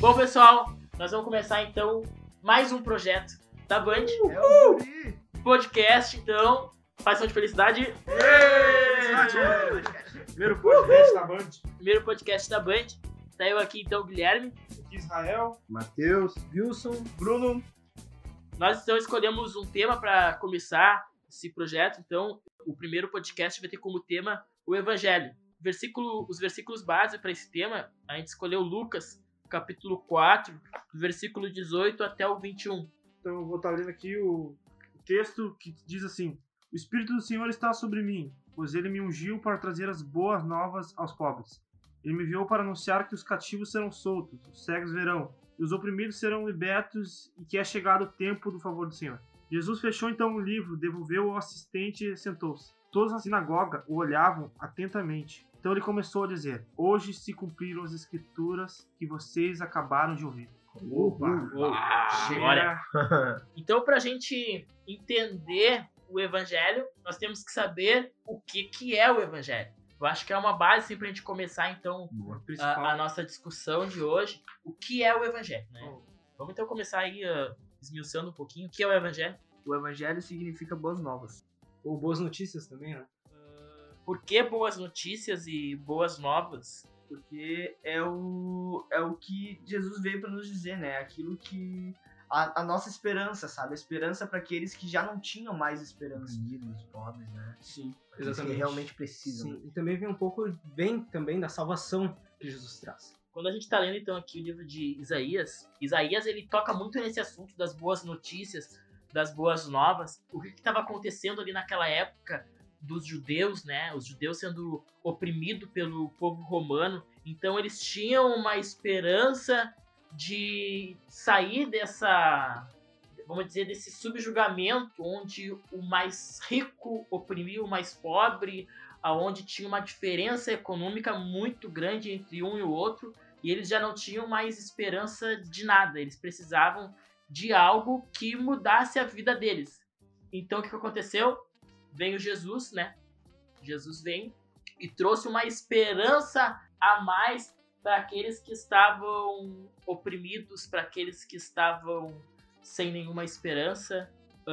Bom, pessoal, nós vamos começar então mais um projeto da Band. Podcast, então. Faz som de felicidade. Primeiro podcast da Band. Primeiro podcast da Band. Tá eu aqui então, Guilherme. Aqui Israel, Matheus, Wilson, Bruno. Nós então escolhemos um tema para começar esse projeto. Então, o primeiro podcast vai ter como tema o Evangelho. Os versículos base para esse tema, a gente escolheu Lucas, capítulo 4, do versículo 18 até o 21. Então eu vou estar lendo aqui o texto que diz assim: O Espírito do Senhor está sobre mim, pois ele me ungiu para trazer as boas novas aos pobres. Ele me enviou para anunciar que os cativos serão soltos, os cegos verão, e os oprimidos serão libertos, e que é chegado o tempo do favor do Senhor. Jesus fechou então o livro, devolveu ao assistente e sentou-se. Todos na sinagoga o olhavam atentamente. Então ele começou a dizer: Hoje se cumpriram as escrituras que vocês acabaram de ouvir. Glória! Então, pra gente entender o Evangelho, nós temos que saber o que é o Evangelho. Eu acho que é uma base assim, pra gente começar, então, a nossa discussão de hoje. O que é o Evangelho, né? Vamos então começar aí esmiuçando um pouquinho. O que é o Evangelho? O Evangelho significa boas novas. Ou boas notícias também, né? Por que boas notícias e boas novas? Porque é o que Jesus veio para nos dizer, né? Aquilo que... A nossa esperança, sabe? A esperança para aqueles que já não tinham mais esperança. Os pobres, né? Sim, exatamente. Que realmente precisam. Sim. E também vem também da salvação que Jesus traz. Quando a gente está lendo então aqui o livro de Isaías, ele toca muito nesse assunto das boas notícias, das boas novas. O que estava acontecendo ali naquela época dos judeus, né? Os judeus sendo oprimidos pelo povo romano. Então eles tinham uma esperança de sair desse subjugamento onde o mais rico oprimia o mais pobre, aonde tinha uma diferença econômica muito grande entre um e o outro, e eles já não tinham mais esperança de nada. Eles precisavam de algo que mudasse a vida deles. Então o que aconteceu? Veio Jesus, né? Jesus vem e trouxe uma esperança a mais para aqueles que estavam oprimidos, para aqueles que estavam sem nenhuma esperança.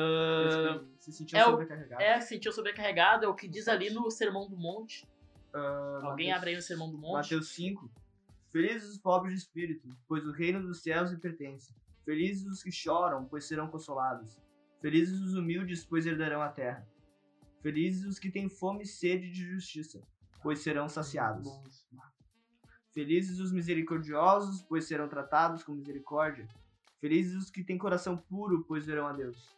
Se sentiam sobrecarregados. Se sentiu sobrecarregado, é o que diz ali no Sermão do Monte. Alguém abre aí no Sermão do Monte? Mateus 5. Felizes os pobres de espírito, pois o reino dos céus lhe pertence. Felizes os que choram, pois serão consolados. Felizes os humildes, pois herdarão a terra. Felizes os que têm fome e sede de justiça, pois serão saciados. Felizes os misericordiosos, pois serão tratados com misericórdia. Felizes os que têm coração puro, pois verão a Deus.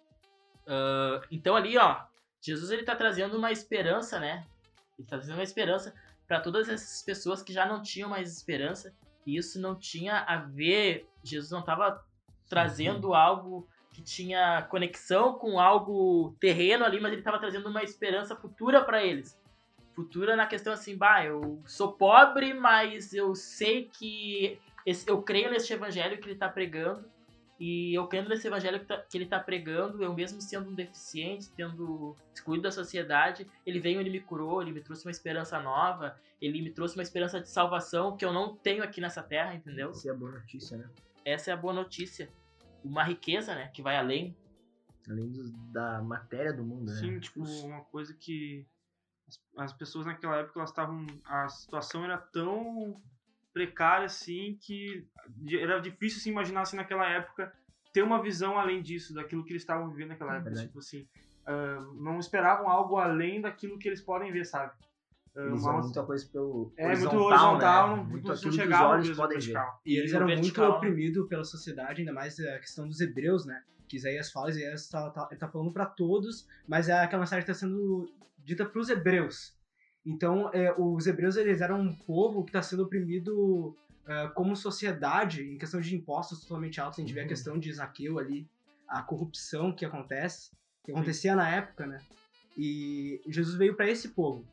Então ali, Jesus ele tá trazendo uma esperança, né? Ele tá trazendo uma esperança para todas essas pessoas que já não tinham mais esperança. E isso não tinha a ver... Jesus não estava trazendo algo que tinha conexão com algo terreno ali, mas ele estava trazendo uma esperança futura para eles. Futura na questão assim, eu sou pobre, mas eu sei que... eu creio nesse evangelho que ele está pregando, e eu creio nesse evangelho que ele está pregando, eu mesmo sendo um deficiente, tendo excluído da sociedade, ele veio, ele me curou, ele me trouxe uma esperança nova, ele me trouxe uma esperança de salvação que eu não tenho aqui nessa terra, entendeu? Essa é a boa notícia, né? Essa é a boa notícia. Uma riqueza, né, que vai além da matéria do mundo, né? Sim, tipo, uma coisa que as pessoas naquela época, a situação era tão precária assim que era difícil se imaginar assim, naquela época ter uma visão além disso, daquilo que eles estavam vivendo naquela época. Tipo assim, não esperavam algo além daquilo que eles podem ver, sabe? Eles eram muita coisa pelo muito horizontal, né? Muito não aquilo que os chegava olhos mesmo podem ver. vertical. E eles eram muito oprimidos pela sociedade, ainda mais a questão dos hebreus, né? Que Isaías fala, Isaías ele tá falando para todos, mas aquela mensagem está sendo dita para os hebreus. Então, os hebreus eles eram um povo que está sendo oprimido como sociedade, em questão de impostos totalmente altos. A gente vê a questão de Zaqueu ali, a corrupção que acontecia na época, né? E Jesus veio para esse povo.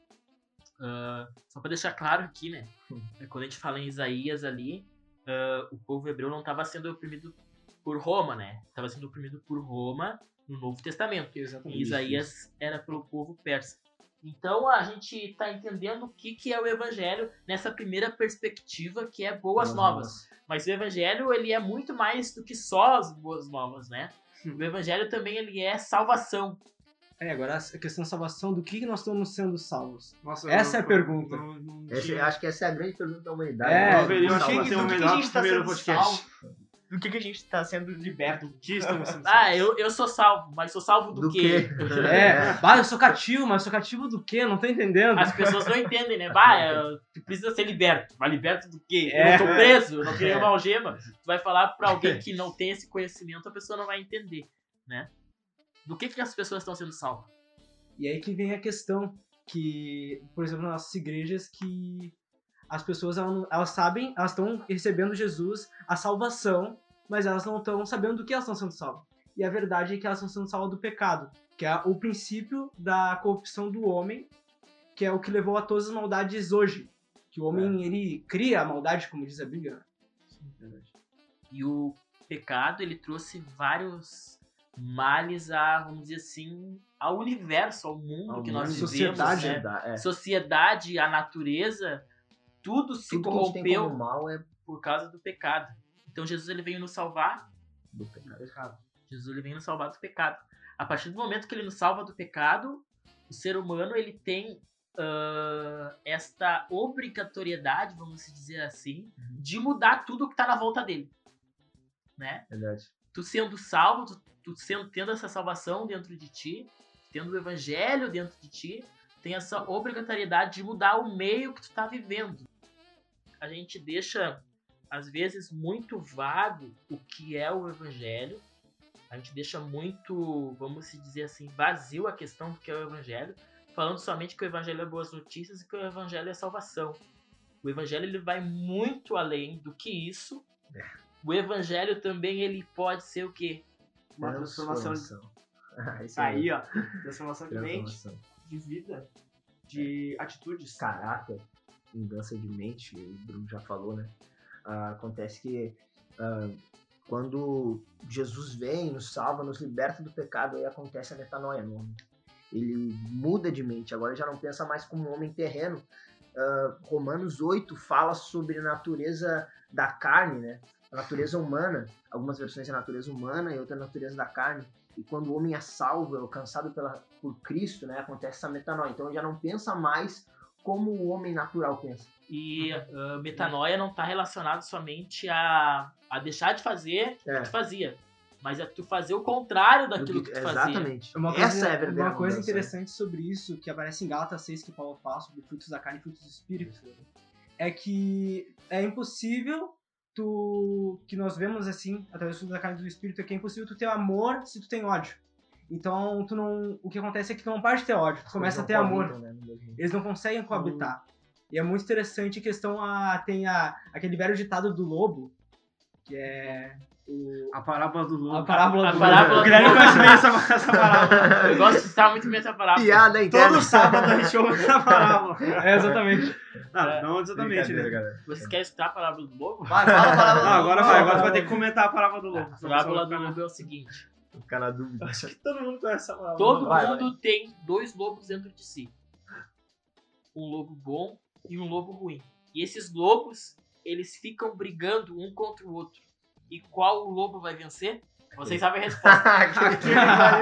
Só para deixar claro aqui, né? Quando a gente fala em Isaías ali, o povo hebreu não estava sendo oprimido por Roma, né? Estava sendo oprimido por Roma no Novo Testamento. Exatamente. E Isaías era pelo povo persa. Então a gente tá entendendo o que é o evangelho nessa primeira perspectiva, que é boas novas. Mas o evangelho, ele é muito mais do que só as boas novas, né? O evangelho também, ele é salvação. Agora a questão da salvação, do que nós estamos sendo salvos? Nossa, Essa é a pergunta. Acho que essa é a grande pergunta da humanidade. É, né? eu veria, eu acho que vai do ser o que melhor a gente tá primeiro sendo podcast. salvo? Do que a gente tá sendo liberto? Do que estamos sendo Ah, eu sou salvo, mas sou salvo do quê? Eu sou cativo, mas sou cativo do quê? Não tô entendendo. As pessoas não entendem, né? Tu precisa ser liberto. Mas liberto do quê? Eu É. não tô preso, eu não tenho uma algema. Tu vai falar pra alguém que não tem esse conhecimento, a pessoa não vai entender, né? Do que as pessoas estão sendo salvas? E aí que vem a questão que, por exemplo, nas nossas igrejas, que as pessoas, elas sabem, elas estão recebendo Jesus, a salvação, mas elas não estão sabendo do que elas estão sendo salvas. E a verdade é que elas estão sendo salvas do pecado, que é o princípio da corrupção do homem, que é o que levou a todas as maldades hoje. Que o homem, ele cria a maldade, como diz a Bíblia. E o pecado, ele trouxe vários males vamos dizer assim, ao universo, ao mundo que nós vivemos, sociedade, né? Sociedade, a natureza, tudo se Tudo que a gente tem corrompeu como mal é por causa do pecado. Então Jesus, ele veio nos salvar. do pecado. Jesus, ele veio nos salvar do pecado. A partir do momento que ele nos salva do pecado, o ser humano, ele tem esta obrigatoriedade, vamos dizer assim, de mudar tudo que está na volta dele, né? Verdade. Tu sendo salvo, tendo essa salvação dentro de ti, tendo o evangelho dentro de ti, tem essa obrigatoriedade de mudar o meio que tu tá vivendo. A gente deixa, às vezes, muito vago o que é o evangelho. A gente deixa muito, vamos dizer assim, vazio a questão do que é o evangelho, falando somente que o evangelho é boas notícias e que o evangelho é salvação. O evangelho, ele vai muito além do que isso. O evangelho também, ele pode ser o quê? Uma transformação. Isso Aí, ó. Transformação de mente, Transformação. de vida, de atitudes. Caráter, mudança de mente, o Bruno já falou, né? Acontece que quando Jesus vem, nos salva, nos liberta do pecado, aí acontece a metanoia no homem. Ele muda de mente, agora já não pensa mais como um homem terreno. Romanos 8 fala sobre a natureza da carne, né? A natureza humana, algumas versões é a natureza humana e outra a natureza da carne. E quando o homem é salvo, é alcançado por Cristo, né? Acontece essa metanoia. Então já não pensa mais como o homem natural pensa. E metanoia não está relacionado somente a deixar de fazer o que tu fazia, mas a tu fazer o contrário daquilo que tu fazia. Exatamente. Essa é a verdadeira uma coisa mudança, interessante sobre isso, que aparece em Gálatas 6, que Paulo fala sobre frutos da carne e frutos do espírito, é que é impossível que nós vemos assim, através dos frutos da carne e do espírito, é que é impossível tu ter amor se tu tem ódio. Então, o que acontece é que tu não para de ter ódio, tu começa a ter amor. Né? Eles não conseguem coabitar. E é muito interessante a questão, tem aquele velho ditado do lobo, que é A parábola do lobo. a parábola do parábola lobo. do O Guilherme conhece bem essa parábola. Eu gosto de citar muito bem essa palavra. Piada interna. Todo sábado a gente ouve essa parábola. Exatamente. Não exatamente, né? galera. Vocês querem escutar a parábola do lobo? Vai, fala a palavra. Agora vai, agora tu vai ter que comentar a parábola do lobo. A parábola do lobo é o seguinte: Ficar na dúvida. Acho que todo mundo conhece essa parábola. todo Vai, mundo tem dois lobos dentro de si. Um lobo bom e um lobo ruim. E esses lobos, eles ficam brigando um contra o outro. E qual o lobo vai vencer? Vocês sabem a resposta. Aquele que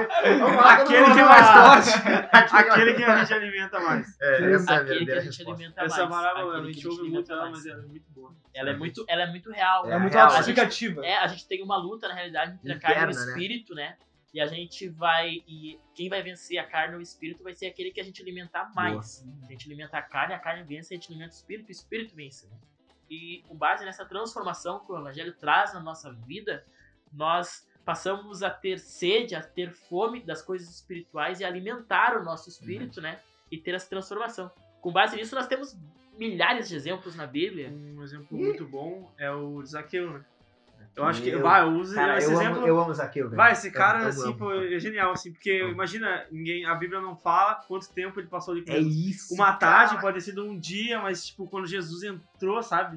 é mais forte. Aquele que a gente alimenta mais. Essa é a Aquele que a verdadeira gente resposta. alimenta Essa mais. parábola a Aquele que gente ouve alimenta muito ela, mais. mas ela é muito boa. Ela é muito real. É muito real, autoexplicativa. A gente tem uma luta, na realidade, entre a carne e o Interna, né? espírito, né? E a gente vai. E quem vai vencer a carne ou o espírito vai ser aquele que a gente alimentar mais. Se a gente alimenta a carne vence, a gente alimenta o espírito vence, né? E com base nessa transformação que o Evangelho traz na nossa vida, nós passamos a ter sede, a ter fome das coisas espirituais e alimentar o nosso espírito, né? E ter essa transformação. Com base nisso, nós temos milhares de exemplos na Bíblia. Um exemplo muito bom é o de Zaqueu, né? Eu acho que. Eu- Vai, eu uso Cara, esse eu exemplo. amo Zaqueu, velho. Vai, esse cara, Eu assim, amo. pô, é genial, assim, porque imagina, a Bíblia não fala quanto tempo ele passou ali com É Jesus. isso. Uma tarde, cara. pode ter sido um dia, mas, tipo, quando Jesus entrou, sabe?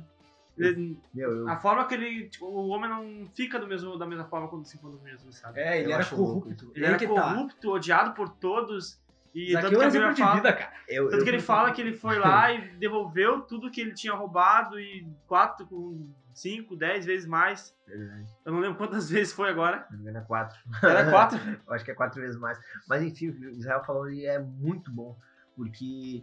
A forma que ele. Tipo, o homem não fica da mesma forma quando se encontra com Jesus, sabe? Ele Eu era acho louco corrupto. Ele Aí era que tá. corrupto, odiado por todos. E Isso aqui tanto é um que a exemplo Bíblia de fala, vida, cara. tanto que ele fala que ele foi lá e devolveu tudo que ele tinha roubado e 5, 10 vezes mais. Verdade. Eu não lembro quantas vezes foi agora. Não me engano, é 4. Era 4? Eu acho que é 4 vezes mais. Mas enfim, o que o Israel falou ali é muito bom, porque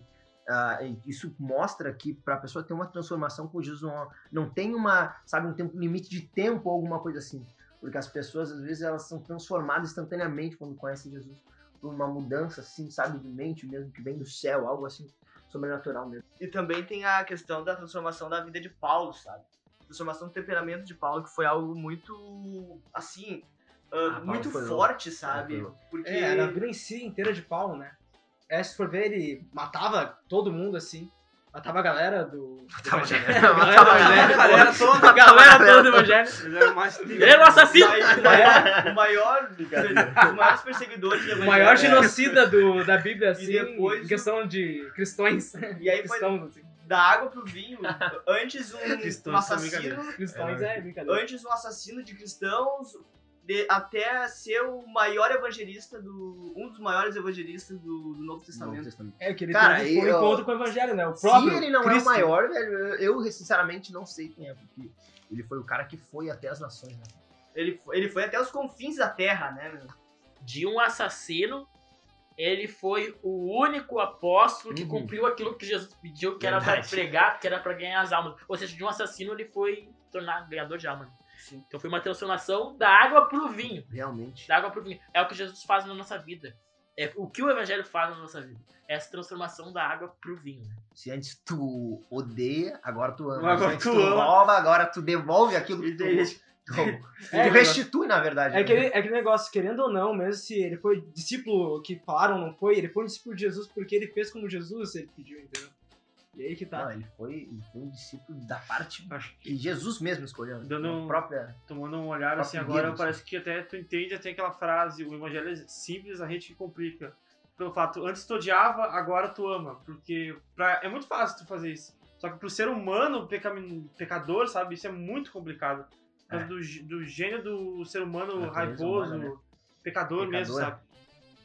isso mostra que para a pessoa ter uma transformação com Jesus não tem um tempo limite de tempo ou alguma coisa assim. Porque as pessoas, às vezes, elas são transformadas instantaneamente quando conhecem Jesus. Por uma mudança, assim, sabe, de mente mesmo, que vem do céu, algo assim, sobrenatural mesmo. E também tem a questão da transformação da vida de Paulo, sabe? Transformação do temperamento de Paulo, que foi algo muito, assim, muito foi forte, louco. sabe? Foi louco. Porque Era a vida em si inteira de Paulo, né? Se for ver, ele matava todo mundo, assim. Matava a galera do Evangelho. A galera toda. A galera toda do Evangelho. Ele era mais Ele era um assassino! o maior dos maiores perseguidores do O maior Evangelho. genocida da Bíblia, assim, depois em questão de cristãos. E aí foi cristãos, assim. da água pro vinho. Antes um Cristãos são assassino, Cristãos é brincadeira. antes um assassino de cristãos, até ser o maior evangelista um dos maiores evangelistas do Novo Testamento. É, que ele Cara, teve um eu- encontro com o Evangelho, né? O próprio Se ele não é o Cristo. maior, velho, eu sinceramente não sei quem é, porque ele foi o cara que foi até as nações, né? Ele foi até os confins da terra, né, meu? De um assassino, ele foi o único apóstolo que Uhum. cumpriu aquilo que Jesus pediu, que era pra Verdade. pregar, que era pra ganhar as almas. Ou seja, de um assassino ele foi tornar ganhador de almas. Sim. Então foi uma transformação da água pro vinho. Realmente. Da água pro vinho. É o que Jesus faz na nossa vida. É o que o evangelho faz na nossa vida. É essa transformação da água pro vinho. Se antes tu odeia, agora tu ama. Agora Se antes tu tu ama. rouba, agora tu devolve aquilo que E tu daí- roubou. É, Tu restitui, na verdade. É né? aquele negócio, querendo ou não, mesmo se ele foi discípulo que falaram, não foi, ele foi um discípulo de Jesus porque ele fez como Jesus ele pediu, entendeu? E aí que tá. Não, ele foi um discípulo da parte que Jesus mesmo escolheu. né? Dando um- A própria... Tomando uma olhada assim Próprio agora, Deus. parece que até tu entende até aquela frase, o evangelho é simples, a gente que complica. Pelo fato, antes tu odiava, agora tu ama. Porque é muito fácil tu fazer isso. Só que pro ser humano, pecador, sabe, isso é muito complicado. Por causa do gênio do ser humano Natureza raivoso, humana, né? pecador mesmo, Pecador. sabe?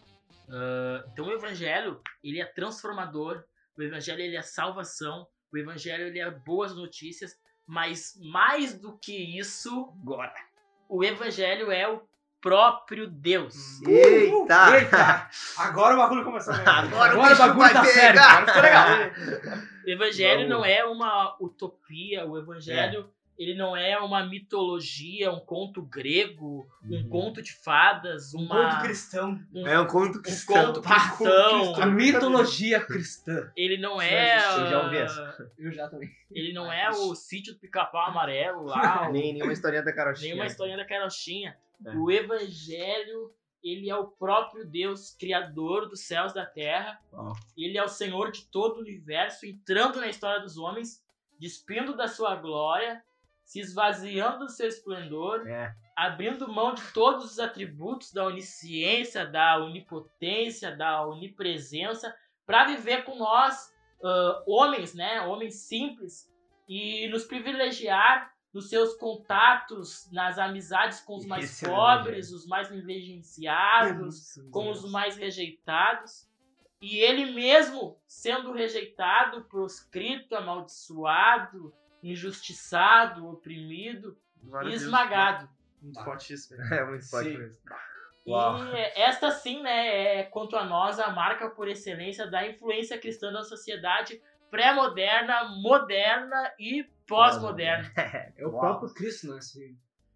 Então o evangelho, ele é transformador. O evangelho, ele é salvação. O evangelho, ele é boas notícias. Mas mais do que isso, Agora. o evangelho é o próprio Deus. Eita! Eita! Agora o bagulho começou a Agora o o bicho bagulho vai tá pegar. sério. Agora ficou legal. O evangelho Vamos. não é uma utopia. O evangelho, ele não é uma mitologia, um conto grego, um conto de fadas, Um uma... conto cristão. É um conto um cristão. conto cristão. A mitologia cristã. Ele não é... Eu já ouvi essa. Eu já também. Ele não é o sítio do Pica-Pau Amarelo lá, Nem nenhuma historinha da carochinha. nenhuma historinha da carochinha. É. O evangelho, ele é o próprio Deus, criador dos céus e da terra. Ó. Ele é o Senhor de todo o universo, entrando na história dos homens, despindo da sua glória, se esvaziando do seu esplendor, É. abrindo mão de todos os atributos da onisciência, da onipotência, da onipresença, para viver com nós, homens, né? Homens simples, e nos privilegiar nos seus contatos, nas amizades com os mais Esse é o pobres, os mais negligenciados, com os mais rejeitados. E ele mesmo sendo rejeitado, proscrito, amaldiçoado, injustiçado, oprimido, Glória a Deus. esmagado. Muito forte isso, velho. É muito forte Sim. mesmo. Uau. E esta sim, né, é quanto a nós a marca por excelência da influência cristã na sociedade pré-moderna, moderna e pós-moderna. É o Uau. próprio Cristo, né? Assim.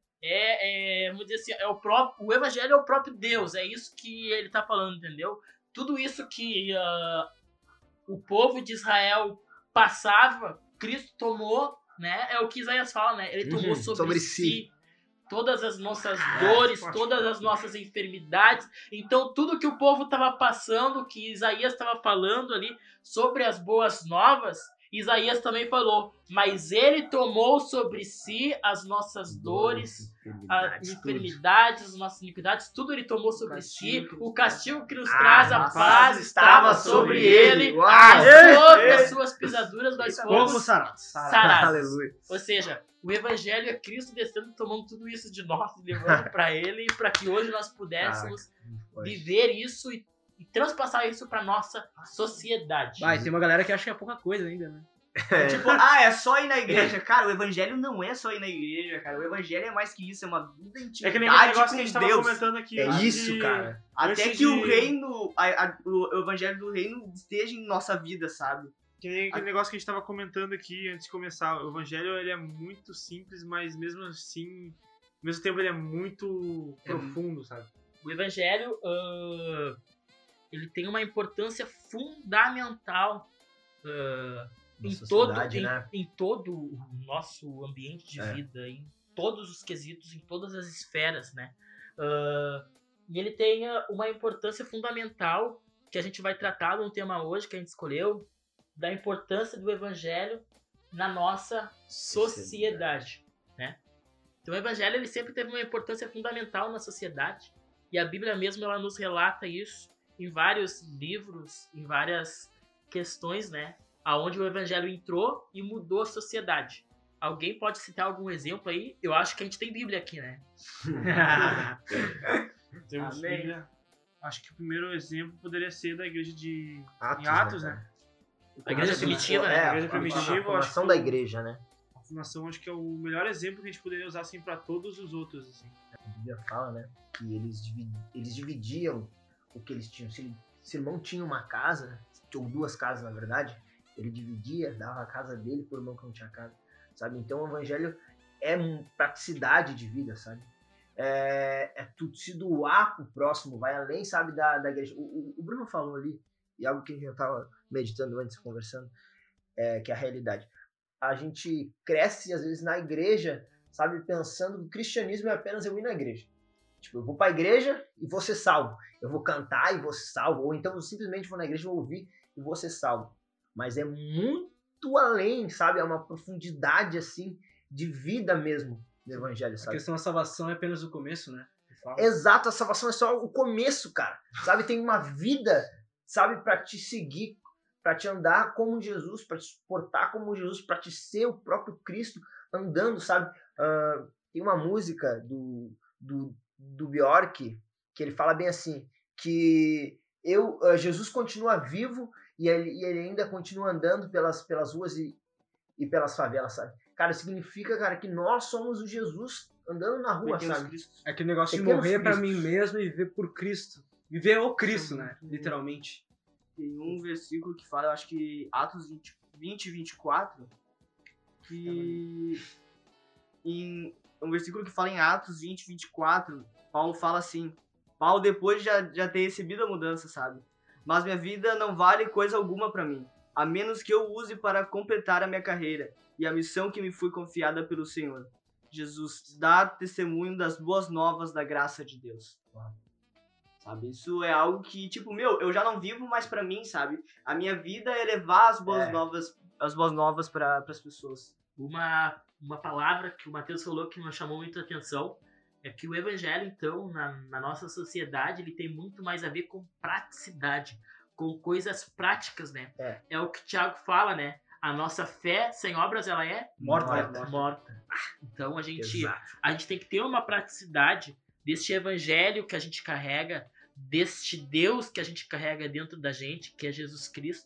Vamos dizer assim, o evangelho é o próprio Deus, é isso que ele tá falando, entendeu? Tudo isso que o povo de Israel passava, Cristo tomou, né? É o que Isaías fala, né? Ele tomou sobre si todas as nossas dores, todas as nossas enfermidades. Então, tudo que o povo estava passando, que Isaías estava falando ali sobre as boas novas, Isaías também falou, mas ele tomou sobre si as nossas dores, as enfermidades, as nossas iniquidades, tudo ele tomou sobre si. O castigo que nos traz a paz estava sobre ele. Sobre as suas pisaduras nós Como fomos sarados. sarados. Aleluia. Ou seja, o evangelho é Cristo descendo, tomando tudo isso de nós, levando para ele, para que hoje nós pudéssemos viver isso e transpassar isso pra nossa sociedade. Vai, tem uma galera que acha que é pouca coisa ainda, né? Tipo, é só ir na igreja. Cara, o evangelho não é só ir na igreja, cara. O evangelho é mais que isso, é uma vida intimidade É que nem aquele negócio com que a gente tava Deus. comentando aqui. É antes isso, de- cara. Até antes que o de- reino, o evangelho do reino esteja em nossa vida, sabe? Que nem aquele negócio que a gente tava comentando aqui antes de começar. O evangelho, ele é muito simples, mas mesmo assim, ao mesmo tempo ele é muito profundo, sabe? O evangelho, ele tem uma importância fundamental Na em sociedade, né? em todo o nosso ambiente de vida, em todos os quesitos, em todas as esferas, né? E ele tem uma importância fundamental que a gente vai tratar num tema hoje que a gente escolheu, da importância do evangelho na nossa sociedade, né? Então o evangelho ele sempre teve uma importância fundamental na sociedade e a Bíblia mesmo ela nos relata isso em vários livros, em várias questões, né? Aonde o evangelho entrou e mudou a sociedade. Alguém pode citar algum exemplo aí? Eu acho que a gente tem Bíblia aqui, né? Temos Amém. Bíblia. Acho que o primeiro exemplo poderia ser da igreja de Atos, em Atos, né, né? A igreja primitiva, né? É, A igreja primitiva, a formação acho que da o- igreja, né? A fundação acho que é o melhor exemplo que a gente poderia usar assim para todos os outros, assim. A Bíblia fala, né? Que eles dividiam o que eles tinham. Se o irmão tinha uma casa, ou duas casas na verdade, ele dividia, dava a casa dele por irmão que não tinha casa, sabe? Então o evangelho é praticidade de vida, sabe? É tu se doar pro próximo, vai além, sabe, da igreja. O Bruno falou ali, e algo que a gente já tava meditando antes, conversando, que é a realidade. A gente cresce, às vezes, na igreja, sabe, pensando que o cristianismo é apenas eu ir na igreja. Tipo, eu vou pra igreja e vou ser salvo. Eu vou cantar e vou ser salvo. Ou então eu simplesmente vou na igreja, vou ouvir e vou ser salvo. Mas é muito além, sabe? É uma profundidade, assim, de vida mesmo do evangelho, A sabe? questão da salvação é apenas o começo, né? Exato, a salvação é só o começo, cara. Sabe, tem uma vida, sabe, pra te seguir, pra te andar como Jesus, pra te portar como Jesus, pra te ser o próprio Cristo andando, sabe? Tem uma música do Bjork que ele fala bem assim, que Jesus continua vivo e ele ainda continua andando pelas ruas e pelas favelas, sabe? Cara, significa, cara, que nós somos o Jesus andando na rua, Pequenos sabe? Cristos. É aquele negócio de Pequenos morrer pra Cristos. mim mesmo e viver por Cristo. Viver o Cristo, né? Literalmente. Tem um versículo que fala, eu acho que Atos 20 e 24, que um versículo que fala em Atos 20 e 24, Paulo fala assim, Paulo depois de já ter recebido a mudança, sabe? Mas minha vida não vale coisa alguma pra mim, a menos que eu use para completar a minha carreira e a missão que me foi confiada pelo Senhor. Jesus, dar testemunho das boas novas da graça de Deus. Sabe, isso é algo que, tipo, eu já não vivo mais pra mim, sabe? A minha vida é levar as boas novas para as pessoas. Uma palavra que o Matheus falou que nos chamou muita atenção é que o evangelho, então, na nossa sociedade, ele tem muito mais a ver com praticidade, com coisas práticas, né? É o que o Thiago fala, né? A nossa fé sem obras, ela é morta. Então, a gente tem que ter uma praticidade deste evangelho que a gente carrega, deste Deus que a gente carrega dentro da gente, que é Jesus Cristo.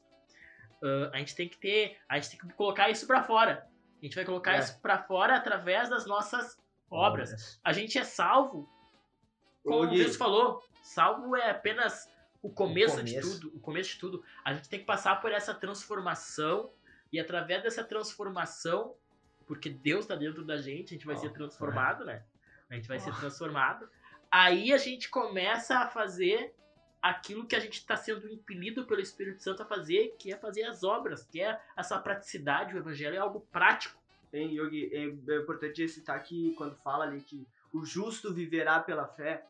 A gente tem que colocar isso pra fora. A gente vai colocar isso pra fora através das nossas obras. A gente é salvo, como Deus falou, salvo é apenas o começo de tudo. A gente tem que passar por essa transformação e através dessa transformação, porque Deus está dentro da gente, a gente vai ser transformado, né? A gente vai ser transformado. Aí a gente começa a fazer aquilo que a gente está sendo impelido pelo Espírito Santo a fazer, que é fazer as obras, que é essa praticidade. O evangelho é algo prático. Yogi, é importante citar que quando fala ali que o justo viverá pela fé,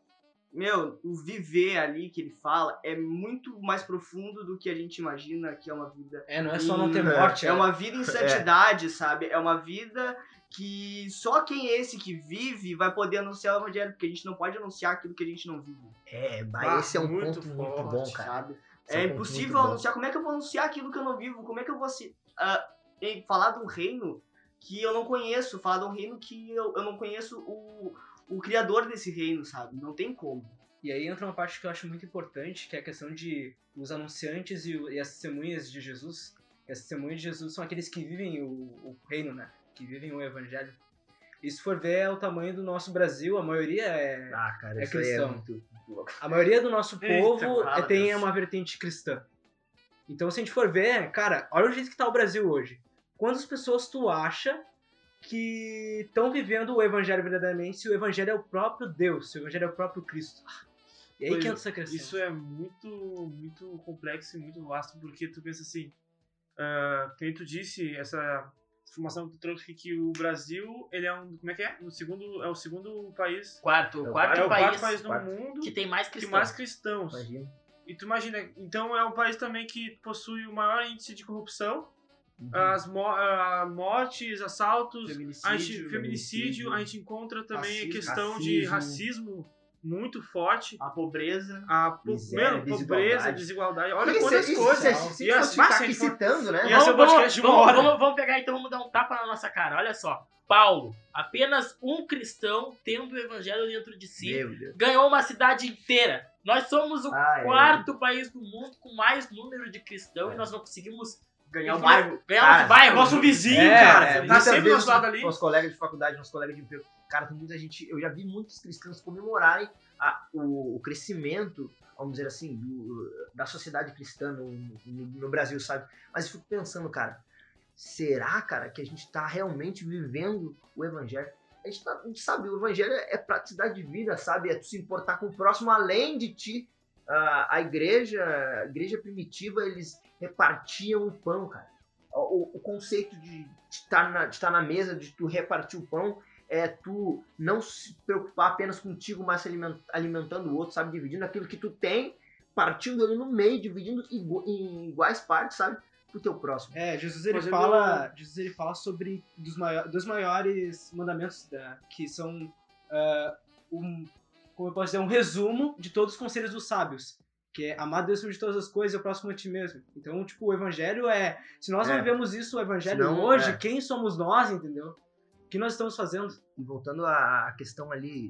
o viver ali que ele fala é muito mais profundo do que a gente imagina que é uma vida. Não é só não ter morte. É uma vida em santidade, sabe? É uma vida que só quem é esse que vive vai poder anunciar o evangelho, porque a gente não pode anunciar aquilo que a gente não vive. Esse é um muito ponto muito forte, bom, cara. Sabe? Esse É um ponto impossível muito bom. anunciar. Como é que eu vou anunciar aquilo que eu não vivo? Como é que eu vou falar de um reino que eu não conheço? Falar de um reino que eu não conheço o criador desse reino, sabe? Não tem como. E aí entra uma parte que eu acho muito importante, que é a questão de os anunciantes e as testemunhas de Jesus. E as testemunhas de Jesus são aqueles que vivem o reino, né? Que vivem o evangelho. E se for ver, é o tamanho do nosso Brasil, a maioria Cara, é isso aí é cristão. muito louco. A maioria do nosso povo fala, tem Deus. uma vertente cristã. Então, se a gente for ver, cara, olha o jeito que tá o Brasil hoje. Quantas pessoas tu acha que estão vivendo o evangelho verdadeiramente se o evangelho é o próprio Deus, se o evangelho é o próprio Cristo? E aí Pois, que entra essa questão. Isso é muito, muito complexo e muito vasto, porque tu pensa assim, quem tu disse, essa informação que tu trouxe que o Brasil, ele é como é que é? É o segundo país, Quarto é o país quarto país do quarto. mundo que tem mais que cristãos. mais cristãos. Imagina. E tu imagina, então é um país também que possui o maior índice de corrupção, as mortes, assaltos, feminicídio, a gente encontra também a racismo, questão de racismo muito forte, A pobreza. Miséria, pobreza, desigualdade, olha Isso, quantas isso, coisas. Se E a gente assim, fosse ficar se a aqui gente for- citando, né? Ia ser um podcast de uma hora. Vamos pegar então, vamos dar um tapa na nossa cara. Olha só. Paulo, apenas um cristão tendo o evangelho dentro de si, Meu Deus. ganhou uma cidade inteira. Nós somos o Ah, é. quarto país do mundo com mais número de cristãos e nós não conseguimos Ganhar o bairro. ganhar Cara, nosso bairro. Nosso vizinho, É, cara, tá muitas sempre do vezes nosso lado ali. Nossos colegas de faculdade, nossos colegas de emprego. Cara, tem muita gente. Eu já vi muitos cristãos comemorarem o crescimento, vamos dizer assim, da sociedade cristã no Brasil, sabe? Mas eu fico pensando, cara, será, cara, que a gente tá realmente vivendo o evangelho? A gente sabe, o evangelho é praticidade de vida, sabe? É tu se importar com o próximo além de ti. A igreja primitiva, eles repartiam o pão, cara. O conceito de estar na mesa, de tu repartir o pão, é tu não se preocupar apenas contigo, mas se alimentando o outro, sabe? Dividindo aquilo que tu tem, partindo ali no meio, dividindo em iguais partes, sabe? Pro teu próximo. Jesus ele fala sobre dos maiores mandamentos que são como eu posso dizer, um resumo de todos os conselhos dos sábios, que é amar Deus sobre todas as coisas e o próximo a ti mesmo. Então, tipo, o evangelho se nós não vivemos isso, o evangelho Senão, hoje, quem somos nós, entendeu? O que nós estamos fazendo? E voltando à questão ali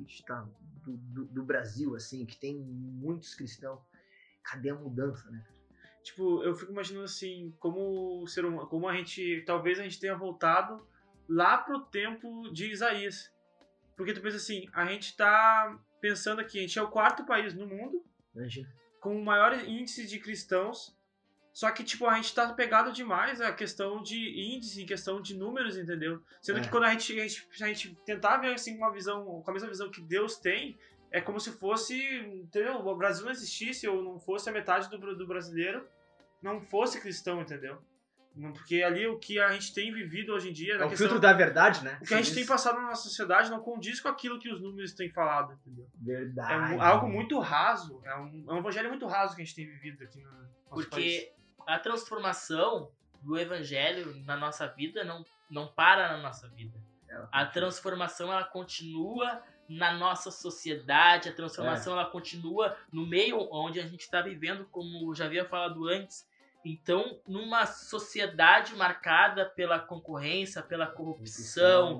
do Brasil, assim, que tem muitos cristãos, cadê a mudança, né? Tipo, eu fico imaginando assim, como o ser humano, como talvez a gente tenha voltado lá pro tempo de Isaías. Porque tu pensa assim, a gente tá pensando aqui, a gente é o quarto país no mundo, Imagina. com o maior índice de cristãos, só que, tipo, a gente tá pegado demais a questão de índice, em questão de números, entendeu? Sendo que quando a gente tentar ver, assim, com a mesma visão que Deus tem, é como se fosse, entendeu? O Brasil não existisse, ou não fosse a metade do brasileiro, não fosse cristão, entendeu? Porque ali o que a gente tem vivido hoje em dia... É o filtro da verdade, né? O que a gente tem passado na nossa sociedade não condiz com aquilo que os números têm falado, entendeu? Verdade. É algo muito raso, é um evangelho muito raso que a gente tem vivido aqui no nosso país. Porque a transformação do evangelho na nossa vida não para na nossa vida. A transformação ela continua na nossa sociedade, a transformação ela continua no meio onde a gente está vivendo, como eu já havia falado antes. Então, numa sociedade marcada pela concorrência, pela corrupção,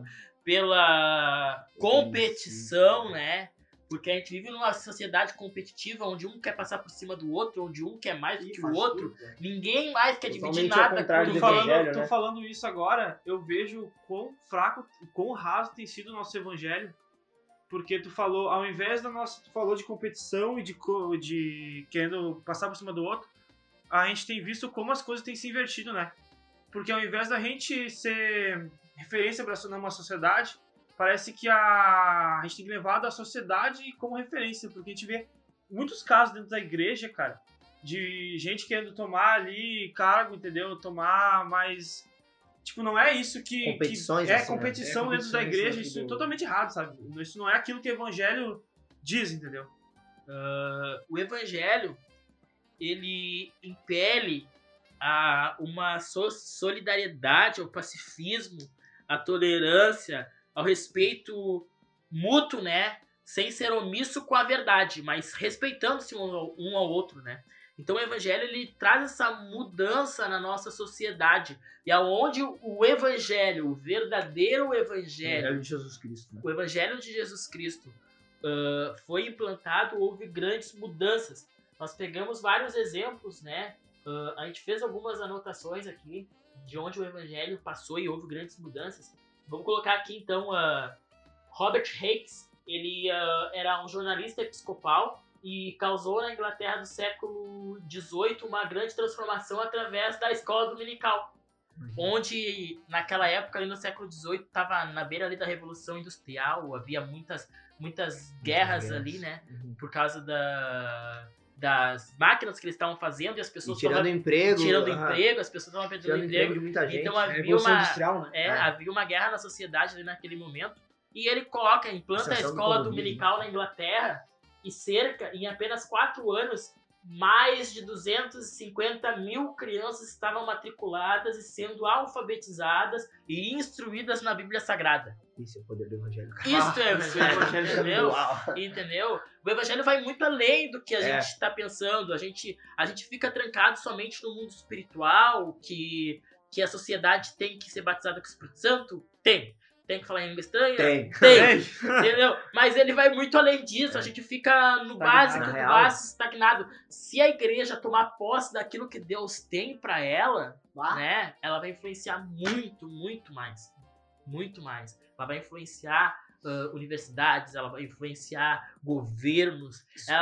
pela competição, né? Porque a gente vive numa sociedade competitiva onde um quer passar por cima do outro, onde um quer mais do que o outro. Ninguém mais quer dividir Totalmente ao nada contrário com do ninguém. evangelho, Tô né? falando isso agora, eu vejo quão fraco, quão raso tem sido o nosso evangelho. Porque tu falou, ao invés tu falou de competição e de querendo passar por cima do outro, a gente tem visto como as coisas têm se invertido, né? Porque ao invés da gente ser referência para uma sociedade, parece que a gente tem levado a sociedade como referência, porque a gente vê muitos casos dentro da igreja, cara, de gente querendo tomar ali cargo, entendeu? Tomar mais... Tipo, não é isso que... Competições, é assim, né? competição dentro da igreja, isso é totalmente errado, sabe? Isso não é aquilo que o evangelho diz, entendeu? O evangelho, ele impele a uma solidariedade, ao pacifismo, à tolerância, ao respeito mútuo, né? Sem ser omisso com a verdade, mas respeitando-se um ao outro, né? Então o evangelho ele traz essa mudança na nossa sociedade. E aonde o evangelho, o verdadeiro evangelho, de Jesus Cristo, né? o evangelho de Jesus Cristo foi implantado, houve grandes mudanças. Nós pegamos vários exemplos, né? A gente fez algumas anotações aqui de onde o evangelho passou e houve grandes mudanças. Vamos colocar aqui então Robert Hicks. Ele era um jornalista episcopal e causou na Inglaterra do século XVIII uma grande transformação através da escola dominical, onde naquela época, ali no século XVIII, estava na beira ali da Revolução Industrial, havia muitas guerras ali, né, por causa das máquinas que eles estavam fazendo e as pessoas tirando emprego, as pessoas estavam perdendo emprego, de muita gente. Então havia industrial, né? havia uma guerra na sociedade ali naquele momento, e ele implanta a escola dominical na Inglaterra, e em apenas 4 anos, mais de 250 mil crianças estavam matriculadas e sendo alfabetizadas e instruídas na Bíblia Sagrada. Isso é o poder do Evangelho. Isso é o Evangelho, entendeu? O Evangelho vai muito além do que a gente está pensando. A gente fica trancado somente no mundo espiritual, que a sociedade tem que ser batizada com o Espírito Santo? Tem que falar em língua estranha? Tem. Entendeu? Mas ele vai muito além disso. A gente fica no básico, estagnado. Se a igreja tomar posse daquilo que Deus tem pra ela, né? Ela vai influenciar muito, muito mais. Muito mais. Ela vai influenciar universidades, ela vai influenciar governos,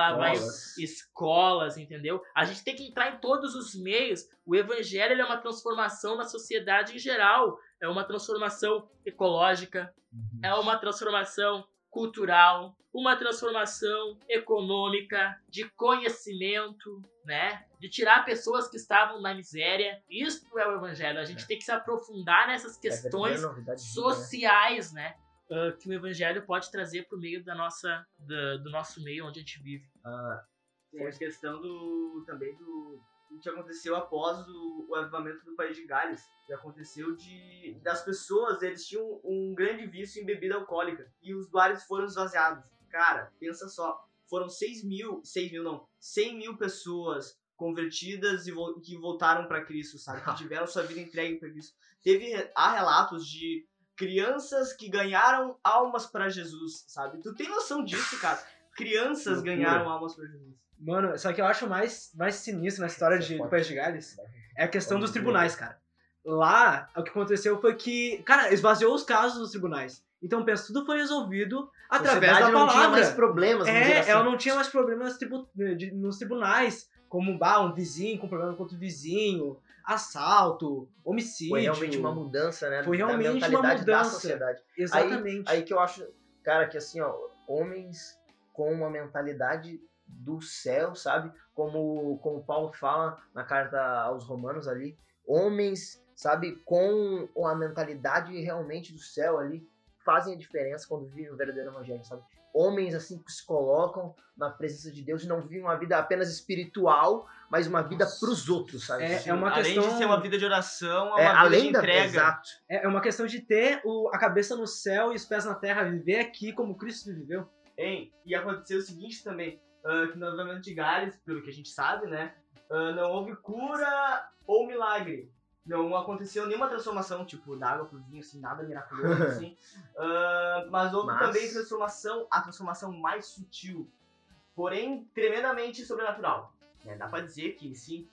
escolas, entendeu? A gente tem que entrar em todos os meios. O evangelho ele é uma transformação na sociedade em geral. É uma transformação ecológica, é uma transformação cultural, uma transformação econômica, de conhecimento, né? De tirar pessoas que estavam na miséria. Isso é o evangelho. A gente tem que se aprofundar nessas questões sociais, né? Que o evangelho pode trazer por meio do nosso meio onde a gente vive. Tem a questão também do que aconteceu após o avivamento do país de Gales. Que aconteceu das pessoas, eles tinham um grande vício em bebida alcoólica e os bares foram esvaziados. Cara, pensa só, foram 100 mil pessoas convertidas e que voltaram para Cristo, sabe? Que tiveram sua vida entregue para Cristo. Há relatos de crianças que ganharam almas para Jesus, sabe? Tu tem noção disso, cara? Crianças ganharam almas para Jesus. Mano, só que eu acho mais sinistro na história do País de Gales é a questão dos tribunais, cara. Lá, o que aconteceu foi que, cara, esvaziou os casos nos tribunais. Então, pensa, tudo foi resolvido através da palavra. Não tinha mais problemas, ela não tinha mais problemas nos tribunais, como um vizinho com problema contra o vizinho, assalto, homicídio. Foi realmente uma mudança, né? Foi realmente da mentalidade uma mudança da sociedade. Exatamente. Aí que eu acho, cara, que assim, ó, homens com uma mentalidade do céu, sabe? Como Paulo fala na carta aos Romanos ali, homens, sabe, com a mentalidade realmente do céu ali, fazem a diferença quando vivem o verdadeiro evangelho, sabe? Homens assim que se colocam na presença de Deus e não vivem uma vida apenas espiritual, mas uma vida pros outros, sabe? Além de ser uma vida de oração, é uma vida de entrega. Exato. É uma questão de ter a cabeça no céu e os pés na terra, viver aqui como Cristo viveu. E aconteceu o seguinte também, que no avivamento de Gales, pelo que a gente sabe, né, não houve cura ou milagre. Não aconteceu nenhuma transformação, tipo, da água pro vinho, assim, nada miraculoso, assim. Mas houve também a transformação mais sutil, porém tremendamente sobrenatural. Dá pra dizer que, sim,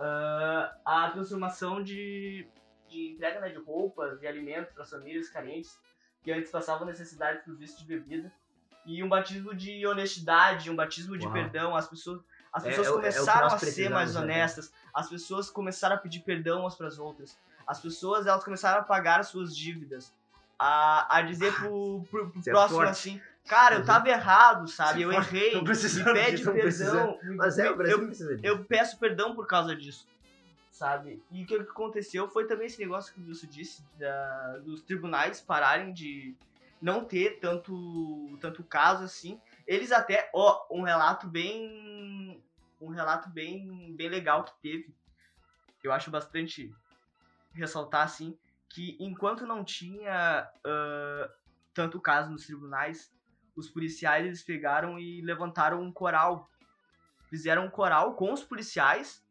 a transformação de entrega, né, de roupas e alimentos para as famílias carentes, que antes passavam necessidades por vício de bebida, e um batismo de honestidade, um batismo de perdão. As pessoas começaram a ser mais honestas, as pessoas começaram a pedir perdão umas para as outras, as pessoas elas começaram a pagar as suas dívidas, a dizer pro próximo assim, cara, eu tava errado, sabe, eu errei, me pede perdão, mas o Brasil precisa disso. Eu peço perdão por causa disso, sabe? E o que aconteceu foi também esse negócio que o Wilson disse, dos tribunais pararem de não ter tanto caso assim. Eles até, um relato bem legal que teve, eu acho bastante ressaltar assim, que enquanto não tinha tanto caso nos tribunais, os policiais eles pegaram e levantaram um coral, fizeram um coral com os policiais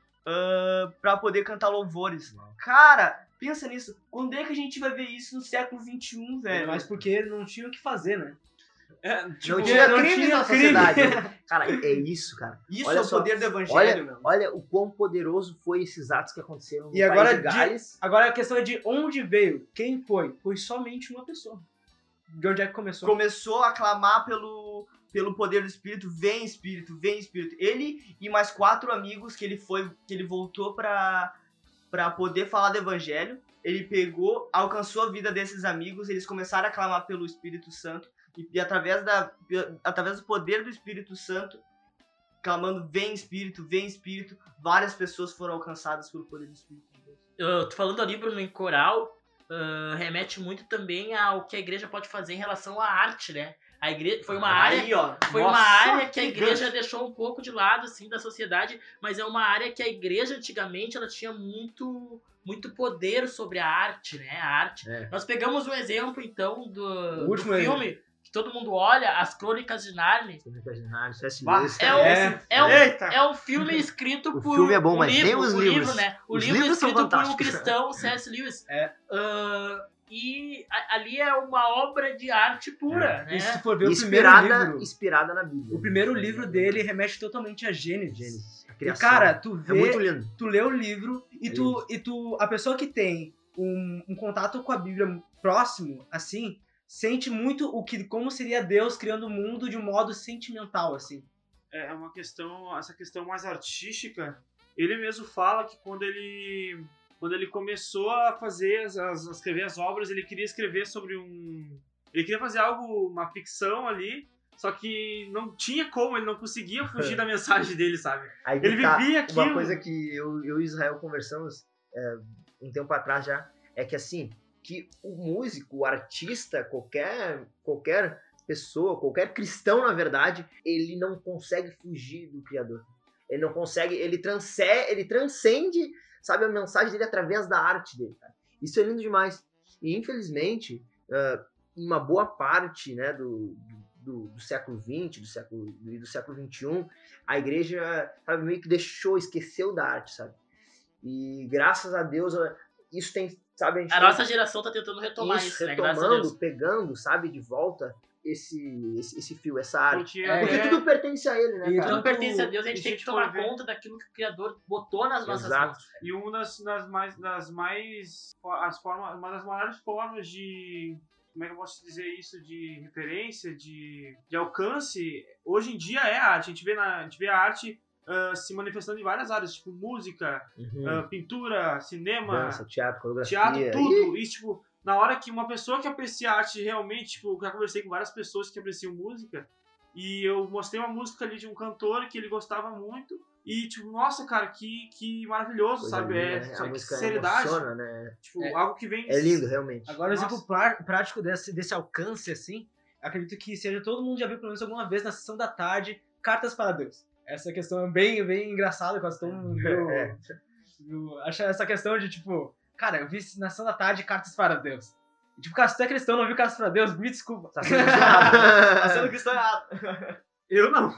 pra poder cantar louvores. Cara, pensa nisso, quando é que a gente vai ver isso no século XXI, velho? Mas porque não tinha o que fazer, né? Não tinha crimes na sociedade. Cara, é isso, cara. Isso Olha é o só, poder do evangelho, meu. Olha o quão poderoso foi esses atos que aconteceram no E agora, país de Gales. agora a questão é de onde veio, quem foi? Foi somente uma pessoa. De onde é que começou? Começou a clamar pelo poder do Espírito, vem Espírito, vem Espírito. Ele e mais 4 amigos que ele voltou pra poder falar do Evangelho. Ele pegou, alcançou a vida desses amigos, eles começaram a clamar pelo Espírito Santo e através do poder do Espírito Santo, clamando vem Espírito, várias pessoas foram alcançadas pelo poder do Espírito de Deus. Eu tô falando ali, Bruno, em coral, remete muito também ao que a igreja pode fazer em relação à arte, né? A igreja foi uma área, Aí, ó, foi nossa, uma área que a que igreja gancho. deixou um pouco de lado, assim, da sociedade, mas é uma área que a igreja antigamente ela tinha muito poder sobre a arte, né? A arte. É. Nós pegamos um exemplo, então, do último filme que todo mundo olha, As Crônicas de Narnia. C.S. Bah, Lewis, Eita! É um filme escrito O por filme é bom, um mas livro, nem os o livros. livro, né? O Os livro é livros são escrito por um fantásticos. cristão, C.S. Lewis. É. E ali é uma obra de arte pura, né? E se for ver o Inspirada, primeiro livro, inspirada na Bíblia. o primeiro livro dele remete totalmente a Gênesis. Gênesis, a E criação. cara, tu é muito vê, lindo. tu lê o livro e É tu a pessoa que tem um contato com a Bíblia próximo, assim, sente muito como seria Deus criando o mundo de um modo sentimental, assim. É uma questão, essa questão mais artística. Ele mesmo fala que quando ele começou a fazer, a escrever as obras, ele queria escrever sobre ele queria fazer algo, uma ficção ali, só que não tinha como, ele não conseguia fugir da mensagem dele, sabe? Aí Ele vivia Uma aquilo. coisa que eu e Israel conversamos um tempo atrás já, é que assim, que o músico, o artista, qualquer pessoa, qualquer cristão, na verdade, ele não consegue fugir do Criador. Ele não consegue, ele transcende, sabe, a mensagem dele através da arte dele, cara. Isso é lindo demais. E, infelizmente, uma boa parte, né, do século XX, do século XXI, a igreja, sabe, meio que esqueceu da arte, sabe? E graças a Deus, isso tem, sabe, A nossa geração tá tentando retomar isso, né? Graças a Deus. retomando, pegando, sabe, de volta esse fio, essa arte. Porque Porque tudo pertence a ele, né, E cara? Tudo pertence a Deus, a gente se tem a que gente tomar for ver- conta daquilo que o Criador botou nas nossas Exato. mãos. E uma das maiores formas de, como é que eu posso dizer isso, de referência, de alcance, hoje em dia é a arte. A gente vê a arte se manifestando em várias áreas, tipo música, pintura, cinema, Dança, teatro, coreografia. teatro, tudo. E, tipo, na hora que uma pessoa que aprecia arte realmente, tipo, eu já conversei com várias pessoas que apreciam música, e eu mostrei uma música ali de um cantor que ele gostava muito, e, tipo, nossa, cara, que maravilhoso, Coisa sabe? linda, né? Só A que música sinceridade, emociona, né? tipo, algo que vem... É lindo, realmente. Agora, o Nossa. exemplo prático desse alcance, assim, acredito que seja todo mundo já viu pelo menos alguma vez na sessão da tarde, Cartas para Deus. Essa questão é bem, bem engraçada, quase todo mundo acha essa questão de, tipo, cara, eu vi na sessão da tarde Cartas para Deus. E, tipo, cara, se tu é cristão e não viu Cartas para Deus, me desculpa. Tá sendo errado. Tá sendo cristão errado. Eu não.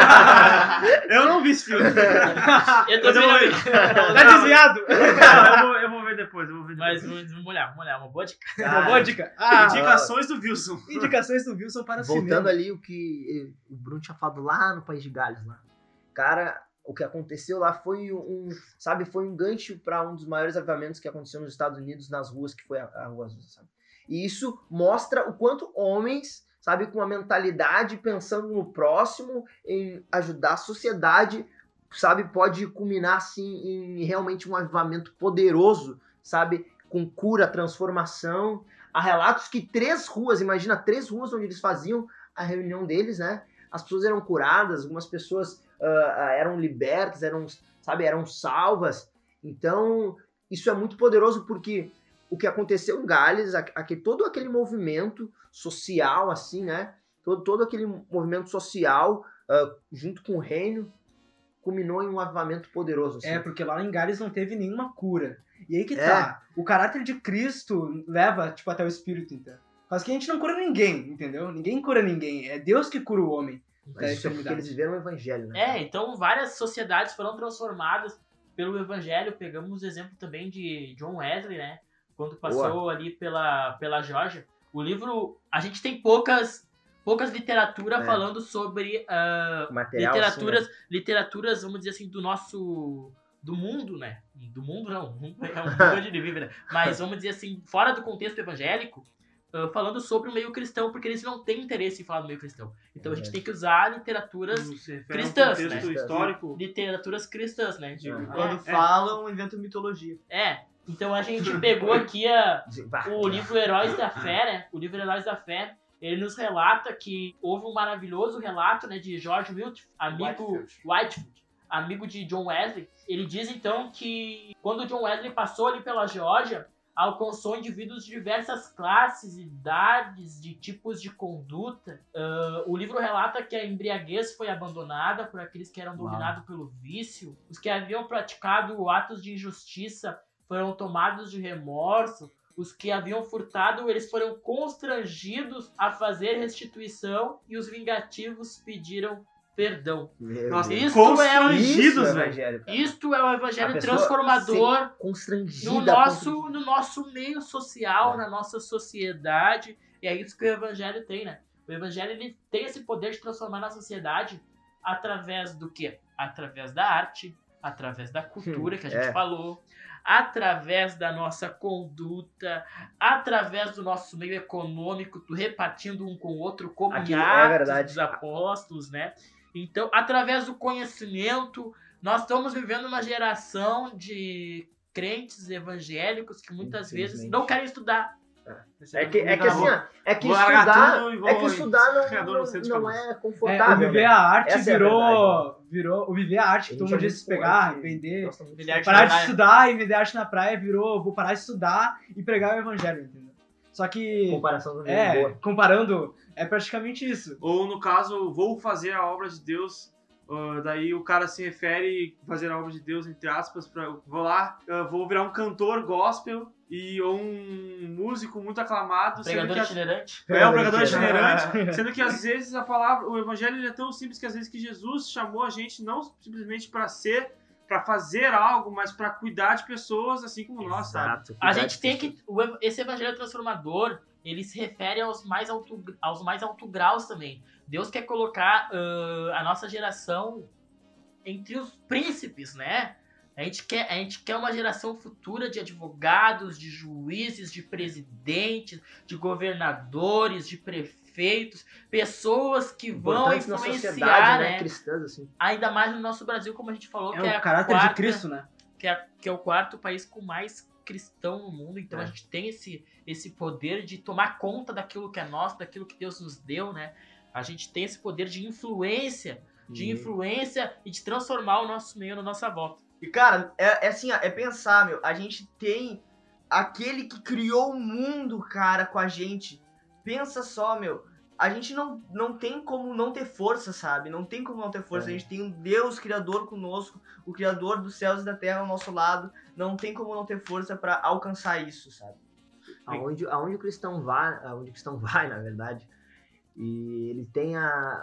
Eu não vi esse filme. Eu Mas também eu vou não ver. vi. Tá desviado! Não, eu vou ver depois. Mas vamos olhar, uma boa dica. Uma boa dica. Indicações do Wilson. Indicações do Wilson para o Voltando cinema. ali o que o Bruno tinha falado lá no País de Gales, lá. Cara, o que aconteceu lá foi um gancho para um dos maiores avivamentos que aconteceu nos Estados Unidos, nas ruas, que foi a Rua Azusa, sabe? E isso mostra o quanto homens, sabe, com uma mentalidade pensando no próximo, em ajudar a sociedade, sabe, pode culminar, assim, em realmente um avivamento poderoso, sabe, com cura, transformação. Há relatos que 3 ruas, imagina, 3 ruas onde eles faziam a reunião deles, né, as pessoas eram curadas, algumas pessoas eram libertas, eram salvas. Então, isso é muito poderoso porque o que aconteceu em Gales, todo aquele movimento social, assim, né? Todo aquele movimento social, junto com o reino, culminou em um avivamento poderoso. Assim. Porque lá em Gales não teve nenhuma cura. E aí que tá. O caráter de Cristo leva, tipo, até o Espírito, então. Mas que a gente não cura ninguém, entendeu? Ninguém cura ninguém. É Deus que cura o homem. Mas isso é porque eles viveram o evangelho, né? Então várias sociedades foram transformadas pelo evangelho. Pegamos o exemplo também de John Wesley, né? Quando passou ali pela Geórgia. O livro, a gente tem poucas poucas literaturas É. falando sobre Material, literaturas, vamos dizer assim, do mundo, né? Do mundo não, o mundo é um mundo onde ele vive, né? Mas vamos dizer assim, fora do contexto evangélico, falando sobre o meio cristão, porque eles não têm interesse em falar do meio cristão. Então a gente tem que usar literaturas Se refere a um cristãs, contexto né? histórico. Literaturas cristãs, né? Quando falam, inventam mitologia. Então a gente pegou aqui o livro Heróis da Fé, né? O livro Heróis da Fé, ele nos relata que houve um maravilhoso relato, né, de George Whitefield, amigo de John Wesley. Ele diz então que quando John Wesley passou ali pela Geórgia, alcançou indivíduos de diversas classes, idades, de tipos de conduta. O livro relata que a embriaguez foi abandonada por aqueles que eram dominados pelo vício. Os que haviam praticado atos de injustiça foram tomados de remorso. Os que haviam furtado, eles foram constrangidos a fazer restituição e os vingativos pediram perdão. Nossa, Isso constrangidos, velho. Evangelho, cara. Isto é o evangelho A pessoa transformador constrangida. no nosso meio social, na nossa sociedade. E é isso que o evangelho tem, né? O evangelho ele tem esse poder de transformar na sociedade através do quê? Através da arte, através da cultura que a gente falou, através da nossa conduta, através do nosso meio econômico, repartindo um com o outro, como em Atos dos Apóstolos, né? Então, através do conhecimento, nós estamos vivendo uma geração de crentes evangélicos que muitas vezes não querem estudar. É que estudar não é confortável. O viver a arte virou o viver a arte que A todo gente mundo é diz se muito pegar, forte, vender, gosta muito Vender arte parar na de praia. estudar e vender arte na praia virou vou parar de estudar e pregar o evangelho, entendeu? Só que comparação do boa. comparando, é praticamente isso. Ou no caso, vou fazer a obra de Deus. Daí o cara se refere a fazer a obra de Deus, entre aspas, vou virar um cantor gospel ou um músico muito aclamado. Pregador itinerante. Um pregador itinerante, sendo que às vezes o evangelho ele é tão simples que às vezes que Jesus chamou a gente não simplesmente para fazer algo, mas para cuidar de pessoas assim como nós, sabe? A gente tem que esse evangelho transformador, ele se refere aos mais alto graus também. Deus quer colocar a nossa geração entre os príncipes, né? A gente quer uma geração futura de advogados, de juízes, de presidentes, de governadores, de prefeitos, pessoas que vão influenciar, né? Cristãs, assim. Ainda mais no nosso Brasil, como a gente falou, que é o caráter de Cristo, né? Que é o quarto país com mais cristão no mundo. Então a gente tem esse poder de tomar conta daquilo que é nosso, daquilo que Deus nos deu, né? A gente tem esse poder de influência e de transformar o nosso meio na nossa volta. E, cara, é pensar, meu, a gente tem aquele que criou o mundo, cara, com a gente. Pensa só, meu, a gente não tem como não ter força, sabe? Não tem como não ter força. A gente tem um Deus criador conosco, o criador dos céus e da terra ao nosso lado. Não tem como não ter força pra alcançar isso, sabe? Aonde o cristão vai, na verdade, e ele tem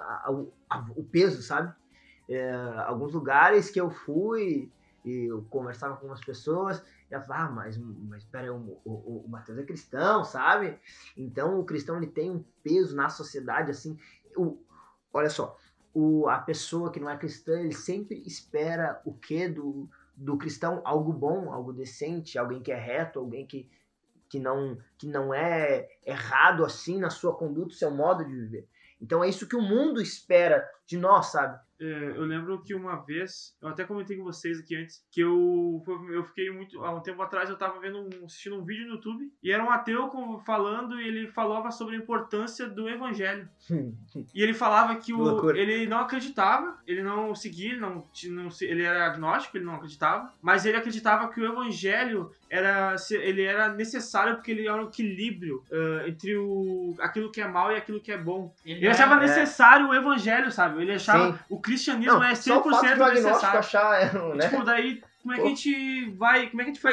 o peso, sabe? Alguns lugares que eu fui e eu conversava com algumas pessoas e ela falava, mas peraí, o Matheus é cristão, sabe? Então o cristão ele tem um peso na sociedade, assim. Olha só, a pessoa que não é cristã, ele sempre espera o quê do cristão? Algo bom, algo decente, alguém que é reto, alguém que não é errado assim na sua conduta, seu modo de viver. Então é isso que o mundo espera de nós, sabe? Eu lembro que uma vez, eu até comentei com vocês aqui antes, que eu fiquei há um tempo atrás, eu tava assistindo um vídeo no YouTube, e era um ateu falando, e ele falava sobre a importância do evangelho. E ele falava que ele não acreditava, ele não seguia, ele era agnóstico, ele não acreditava, mas ele acreditava que o evangelho ele era necessário porque ele era um equilíbrio entre aquilo que é mal e aquilo que é bom. Ele achava necessário o evangelho, sabe? Ele achava o cristianismo é 100% necessário. Achar, né? Tipo, daí, como é que a gente vai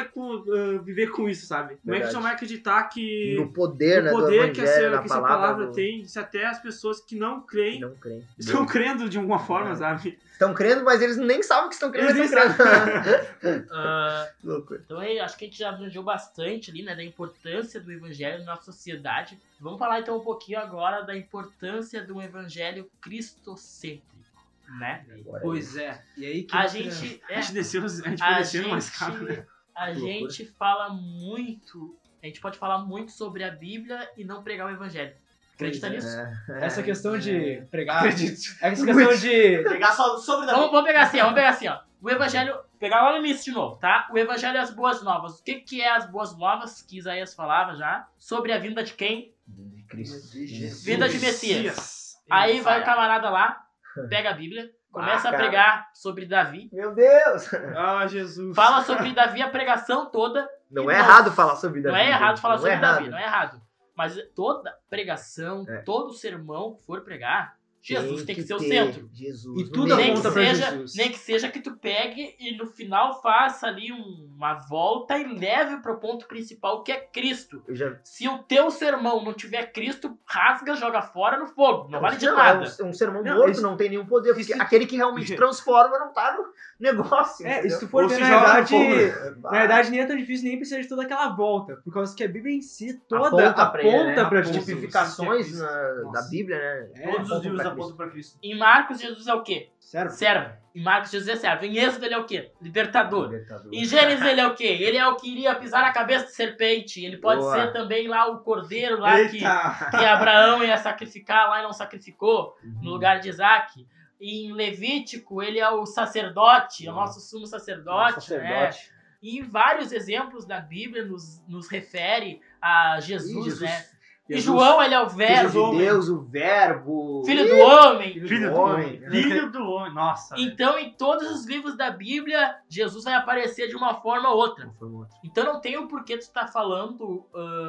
viver com isso, sabe? Como é que a gente Verdade. não vai acreditar que No poder, né, no do poder que evangelho, na essa palavra do- tem, se até as pessoas que não creem Não creem. estão crendo de alguma forma, sabe? Estão crendo, mas eles nem sabem que estão crendo. Eles mas nem estão crendo. Ah, Loucura. então aí, acho que a gente já abrangeu bastante ali, né, da importância do evangelho na nossa sociedade. Vamos falar então um pouquinho agora da importância do evangelho cristocêntrico, né? Agora, Pois é. E aí que A entra- gente, A gente desceu, a gente a foi descendo mais caro, né? gente, a Loucura. gente fala muito, a gente pode falar muito sobre a Bíblia e não pregar o evangelho. Acredita Pois nisso? Essa questão de pregar. Acredito. Essa questão de. Pegar só sobre Vamos pegar assim, ó. O evangelho, pegar lá no início de novo, tá? O evangelho é as boas novas. O que é as boas novas que Isaías falava já? Sobre a vinda de quem? De Cristo. Vinda de Messias. Aí vai o camarada lá, pega a Bíblia, começa a cara. pregar sobre Davi, Meu Deus! Ah, Jesus. fala sobre Davi a pregação toda. Não E é errado falar sobre Davi. Não é errado gente. falar Não sobre é Davi, errado. não é errado. Mas toda pregação, É. todo sermão que for pregar, Jesus tem que ser o ter centro. Jesus E no tudo meio. Nem que, aponta pra seja, Jesus. nem que seja que tu pegue e no final faça ali uma volta e leve pro ponto principal, que é Cristo. Eu já... Se o teu sermão não tiver Cristo, rasga, joga fora no fogo. Não vale de Não, nada. É um sermão Não, morto, isso- não tem nenhum poder. Porque isso- aquele que realmente transforma não tá no negócio. É, entendeu? e se tu for Ou ver, se na joga no verdade. fogo, Bah, Na verdade, nem é tão difícil, nem precisa de toda aquela volta. Por causa que a Bíblia em si toda aponta pra ele, né? pra Aponta. Jesus. tipificações Nossa. da Bíblia, né? É, Todos os apontam livros pra apontam pra Cristo. Em Marcos, Jesus é o quê? Sério? Servo. Em Marcos, Jesus é servo. Em Êxodo, ele é o quê? Libertador. Libertador. Em Gênesis, ele é o quê? Ele é o que iria pisar na cabeça de serpente. Ele pode Boa. ser também lá o cordeiro lá que Eita! Abraão ia sacrificar lá e não sacrificou, Uhum. no lugar de Isaac. Em Levítico, ele é o sacerdote, é o nosso sumo sacerdote, né? E em vários exemplos da Bíblia nos refere a Jesus, né? E João, ele é o Filho verbo, de Deus, o verbo. filho do homem. Filho do homem. Filho do homem. Nossa. Então, em todos os livros da Bíblia, Jesus vai aparecer de uma forma ou outra. Então não tem o porquê tu estar falando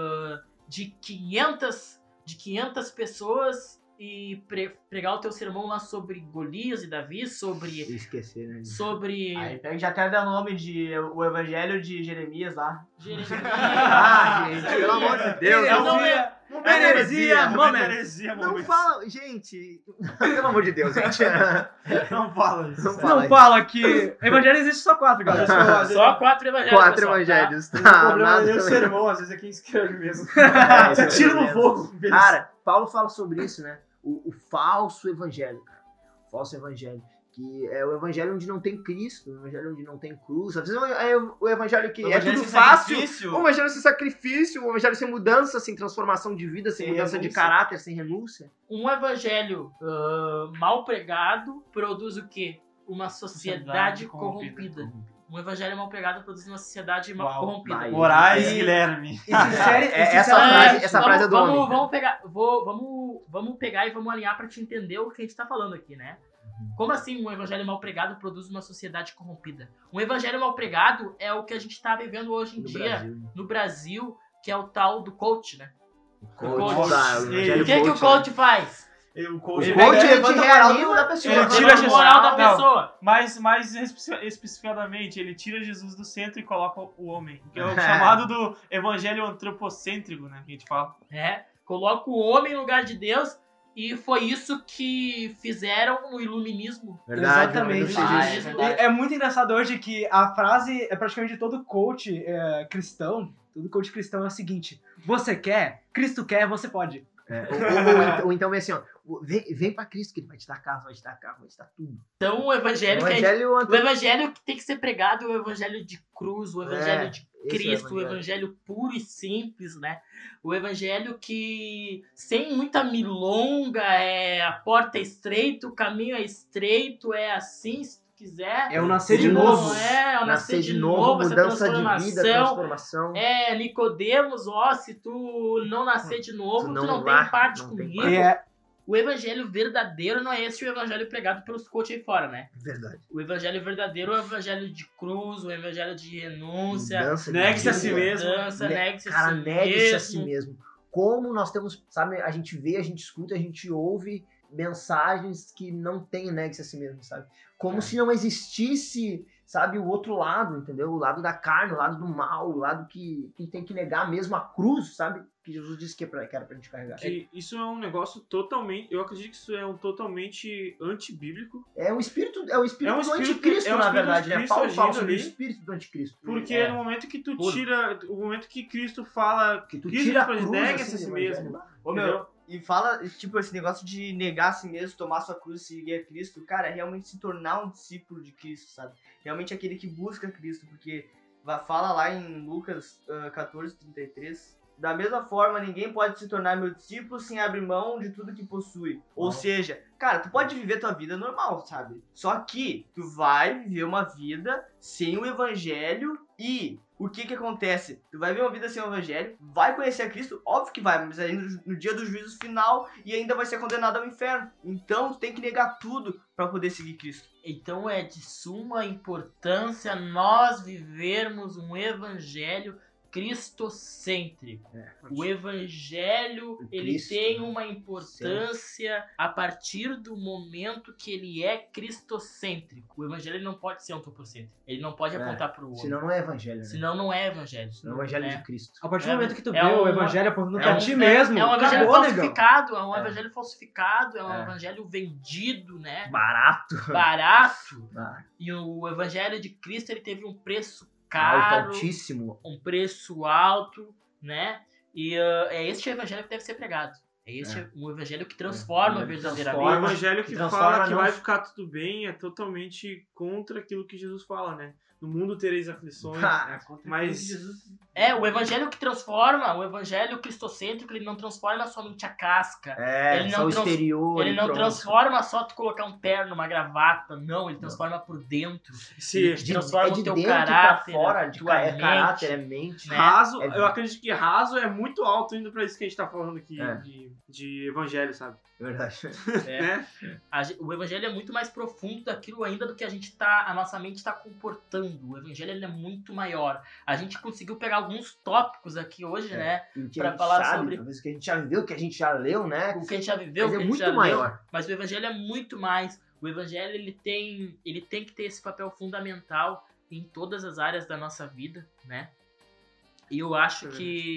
de 500 pessoas e pregar o teu sermão lá sobre Golias e Davi, sobre... Esquecer, né? Aí pega já até dá nome de o Evangelho de Jeremias lá. Jeremias. Ah, gente, pelo amor de Deus. Eu não, não é, É heresia, uma heresia, não momento. fala, gente. Pelo amor de Deus, gente. Não fala isso. Não fala Não isso. fala que. Evangelho existe só 4, galera. Só 4 evangelhos. 4 pessoal, tá? evangelhos. O Tá, problema nada é nem o também. sermão, às vezes é quem escreve mesmo. É, esse é Você tira o no problema. fogo. Cara, Paulo fala sobre isso, né? O falso evangelho, cara. O falso evangelho. Que é o evangelho onde não tem Cristo, o evangelho onde não tem cruz. Às vezes é o evangelho que é tudo fácil. O evangelho sem sacrifício, o evangelho sem mudança, sem transformação de vida, sem Sem mudança de renúncia. caráter, sem renúncia. Um evangelho mal pregado produz o quê? Uma sociedade corrompida. Um evangelho mal pregado produz uma sociedade Uau, corrompida. vai. Moraes É. Guilherme. Essa frase é do homem. Vamos pegar, vamos pegar e vamos alinhar pra te entender o que a gente tá falando aqui, né? Como assim um evangelho mal pregado produz uma sociedade corrompida? Um evangelho mal pregado é o que a gente tá vivendo hoje em No dia Brasil. no Brasil, que é o tal do coach, né? Coach, tá, o evangelho O que que o coach, coach faz? O O coach coach ele levanta te a moral reanima da pessoa. ele né? tira a Jesus. moral da Não. pessoa. mais especificadamente, ele tira Jesus do centro e coloca o homem. Que é o chamado do evangelho antropocêntrico, né? Que a gente fala. Coloca o homem no lugar de Deus. E foi isso que fizeram no iluminismo. Verdade, Exatamente. verdade. É muito engraçado hoje que a frase é praticamente todo coach cristão. Todo coach cristão é o seguinte: você quer, Cristo quer, você pode. Ou então vem assim, ó, vem pra Cristo que ele vai te dar carro, vai te dar carro, vai te dar tudo. Então o evangelho, O evangelho o evangelho que tem que ser pregado é o evangelho de cruz, o evangelho de esse é o Cristo, o evangelho puro e simples, né? O evangelho que sem muita milonga, a porta é estreita, o caminho é estreito, é assim, se tu quiser. É o nascer Se de não novo. é o nascer de novo, essa mudança de vida, transformação. Nicodemos, se tu não nascer de novo, tu não tem vai, parte não tem comigo. parte. O evangelho verdadeiro não é esse o evangelho pregado pelos coaches aí fora, né? Verdade. O evangelho verdadeiro é o evangelho de cruz, o evangelho de renúncia, Mudança de Negue-se a si vida. mesmo. mudança, negue-se Cara, a si negue-se a mesmo. si mesmo. Como nós temos, sabe, a gente vê, a gente escuta, a gente ouve mensagens que não tem negue-se a si mesmo, sabe? Como se não existisse sabe, o outro lado, entendeu? O lado da carne, o lado do mal, o lado que tem que negar mesmo a cruz, sabe? Que Jesus disse que era pra gente carregar. Que isso é um negócio totalmente... Eu acredito que isso é totalmente antibíblico. É um espírito do anticristo, é um na espírito verdade, do né? Cristo Paulo fala agindo sobre o ali. espírito do anticristo. Porque no momento que tu tira... O momento que Cristo fala... Que tu Cristo tira a depois cruz, nega-se assim, a si do mesmo. evangelho. Ô, meu, e fala, tipo, esse negócio de negar a si mesmo, tomar sua cruz e seguir a Cristo, cara, é realmente se tornar um discípulo de Cristo, sabe? Realmente aquele que busca Cristo, porque fala lá em Lucas 14:33, da mesma forma, ninguém pode se tornar meu discípulo sem abrir mão de tudo que possui. Ou seja, cara, tu pode viver tua vida normal, sabe? Só que tu vai viver uma vida sem o evangelho e o que acontece? Tu vai viver uma vida sem o evangelho, vai conhecer a Cristo, óbvio que vai, mas ainda no dia do juízo final e ainda vai ser condenado ao inferno. Então tu tem que negar tudo para poder seguir Cristo. Então é de suma importância nós vivermos um evangelho cristocêntrico. O evangelho, ele Cristo, tem uma importância a partir do momento que ele é cristocêntrico. O evangelho ele não pode ser antropocêntrico. Ele não pode apontar para o homem. Senão não é evangelho, né? Senão não é evangelho. Não é o evangelho né? de Cristo. A partir do É, momento que tu é vê o uma- evangelho apontando É pra um, ti mesmo, é um evangelho acabou, negão. falsificado, é um É. evangelho falsificado, é um É. evangelho vendido, né? Barato. Barato. Ah, E o evangelho de Cristo ele teve um preço alto, caro, altíssimo. um preço alto, né? E é este evangelho que deve ser pregado. É este um evangelho que transforma É. verdadeiramente. O Transforma. evangelho que transforma fala que não- vai ficar tudo bem é totalmente contra aquilo que Jesus fala, né? No mundo tereis aflições. Ah, Mas O evangelho que transforma, o evangelho cristocêntrico, ele não transforma somente a casca. é, Ele só não o trans- exterior. Ele e não pronto. transforma só tu colocar um terno, uma gravata. Não, ele transforma por dentro. se Ele transforma é de o teu dentro caráter, pra fora, tua é mente, caráter, é mente. né? raso, É- eu acredito que raso é muito alto indo pra isso que a gente tá falando aqui É. de evangelho, sabe? Verdade. É. Né? O evangelho é muito mais profundo daquilo ainda do que a nossa mente está comportando. O evangelho ele é muito maior. A gente conseguiu pegar alguns tópicos aqui hoje, né? E o que Pra a gente falar sabe, sobre- talvez o que a gente já viveu, o que a gente já leu, né? O que a gente já viveu, Mas o é que a gente muito já leu. maior. Mas o evangelho é muito mais. O evangelho ele tem que ter esse papel fundamental em todas as áreas da nossa vida, né? E eu acho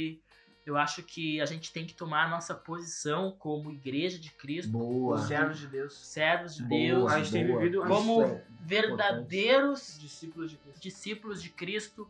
que a gente tem que tomar a nossa posição como igreja de Cristo, Boa. Servos de Deus. servos de Boa, Deus, A gente tem boa. vivido- como Isso é verdadeiros Discípulos de Cristo. discípulos de Cristo.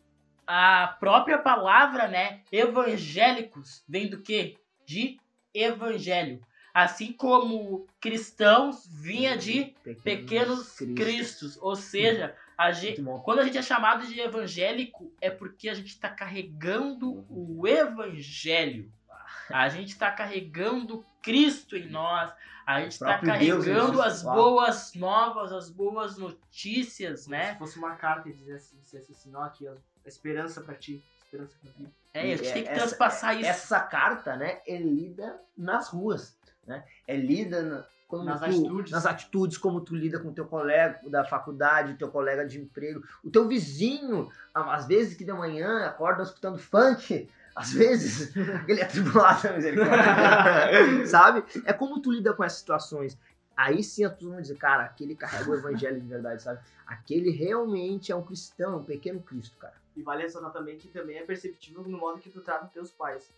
A própria palavra, né, evangélicos, vem do quê? De evangelho. Assim como cristãos vinha de pequenos cristos. Ou seja, Muito bom. quando a gente é chamado de evangélico, é porque a gente está carregando o evangelho. A gente está carregando Cristo em nós. A gente está próprio Deus em carregando nós. as Uau. boas novas, as boas notícias, Se né? fosse uma carta e dissesse assim, ó, aqui, ó, esperança pra ti, esperança pra ti. A gente tem que Essa- transpassar isso. Essa carta, né, é lida nas ruas, né? É lida quando Nas tu- atitudes. nas atitudes, como tu lida com o teu colega da faculdade, teu colega de emprego, o teu vizinho, às vezes que de manhã acorda escutando funk, às vezes ele é atribulado na misericórdia, sabe? É como tu lida com essas situações. Aí sim as pessoas vão dizer, cara, aquele carrega o evangelho de verdade, sabe? Aquele realmente é um cristão, é um pequeno Cristo, cara. E vale ressaltar também que também é perceptível no modo que tu trata teus pais.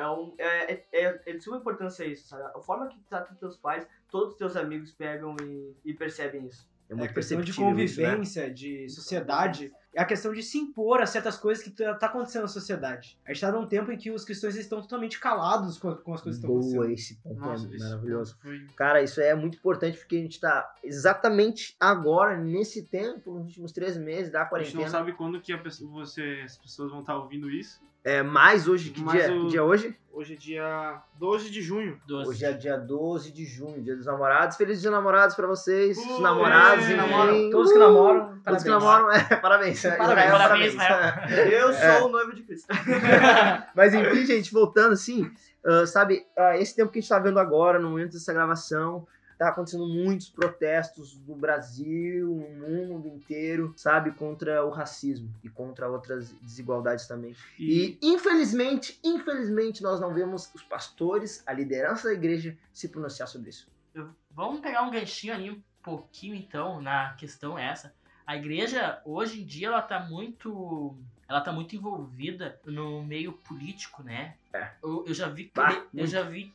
É de suma importância isso, sabe? A forma que tu trata teus pais, todos os teus amigos pegam e percebem isso. É É muito a questão de perceptível isso, né? convivência, de sociedade. É a questão de se impor a certas coisas que tá acontecendo na sociedade. A gente tá num tempo em que os cristãos estão totalmente calados com as coisas que estão acontecendo. Boa, esse ponto Nossa, é esse maravilhoso. foi- Cara, isso é muito importante porque a gente tá exatamente agora, nesse tempo, nos últimos 3 meses da A gente não quarentena. sabe quando que as pessoas vão estar ouvindo isso. É mais hoje, que Mas dia? o- Que dia é hoje? Hoje é dia 12 de junho. Hoje é dia 12 de junho, dia dos namorados. Feliz dia dos namorados pra vocês, os Ui, namorados, é, enfim. namoram. Todos que namoram, Todos parabéns. que namoram, parabéns. Parabéns, Eu sou o noivo de Cristo. Mas enfim, gente, voltando assim, sabe, esse tempo que a gente tá vendo agora, no momento dessa gravação, tá acontecendo muitos protestos no Brasil, no mundo inteiro, sabe, contra o racismo e contra outras desigualdades também. E infelizmente, nós não vemos os pastores, a liderança da igreja se pronunciar sobre isso. Vamos pegar um ganchinho ali um pouquinho então na questão essa. A igreja, hoje em dia, ela tá muito envolvida no meio político, né? É. Eu já vi, Bah, eu já vi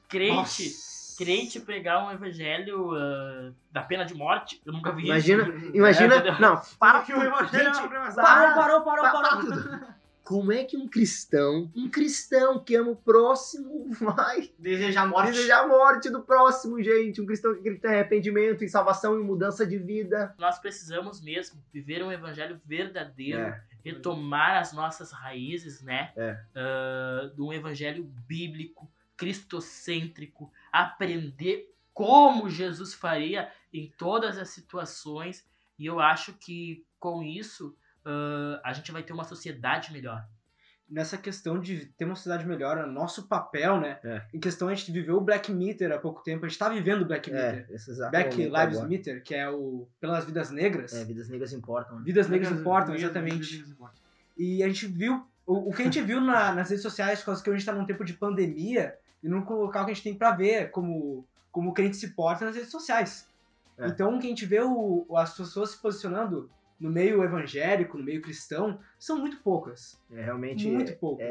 crente pregar um evangelho da pena de morte. Eu nunca vi Imagina, isso. imagina. Não, para que o evangelho é uma gente, supremacia. Parou. tudo. Como é que um cristão que ama o próximo, vai Desejar morte. desejar a morte do próximo, gente? Um cristão que acredita em arrependimento, em salvação, em mudança de vida. Nós precisamos mesmo viver um evangelho verdadeiro, É. retomar as nossas raízes, né? É. De um evangelho bíblico, cristocêntrico, aprender como Jesus faria em todas as situações. E eu acho que com isso a gente vai ter uma sociedade melhor. Nessa questão de ter uma sociedade melhor, é nosso papel, né? É. Em questão, a gente viveu o Black Matter há pouco tempo, a gente tá vivendo o Black Matter. Esse exato Black momento Lives agora. Matter, que é o pelas vidas negras. Vidas negras importam. Né? Vidas negras importam, exatamente. E a gente viu, o que a gente viu nas redes sociais, por causa que a gente tá num tempo de pandemia, e não colocar o que a gente tem pra ver, como o crente se porta nas redes sociais. É. Então, o que a gente vê as pessoas se posicionando no meio evangélico, no meio cristão, são muito poucas. Realmente. Muito poucas.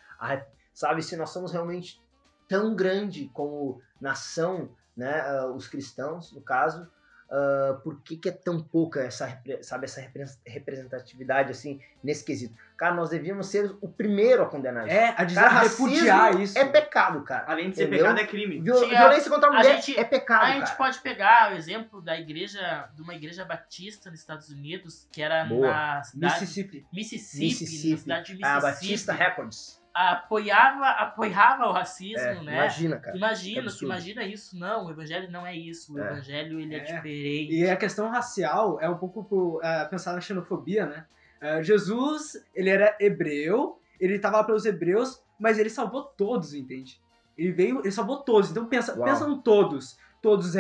Sabe, se nós somos realmente tão grande como nação, né, os cristãos, no caso, por que é tão pouca essa representatividade, assim, nesse quesito? Cara, nós devíamos ser o primeiro a condenar isso. A dizer, Cara, repudiar racismo isso. é pecado, cara. Além de ser Entendeu? pecado, é crime. Violência contra a mulher gente- é pecado, A gente cara. pode pegar o exemplo de uma igreja batista nos Estados Unidos, que era Boa. na cidade Mississippi. Mississippi, na cidade de A Mississippi, Batista Records. apoiava o racismo, né? Imagina, cara. Imagina isso. Não, o evangelho não é isso. O evangelho, ele é diferente. E a questão racial é um pouco pensar na xenofobia, né? Jesus, ele era hebreu, ele estava lá pelos hebreus, mas ele salvou todos, entende? Ele salvou todos. Então pensa no todos. Todos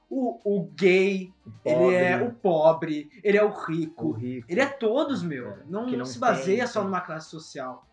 o gay, ele é o pobre, ele é o rico. Ele é todos, meu. Não se baseia só numa classe social.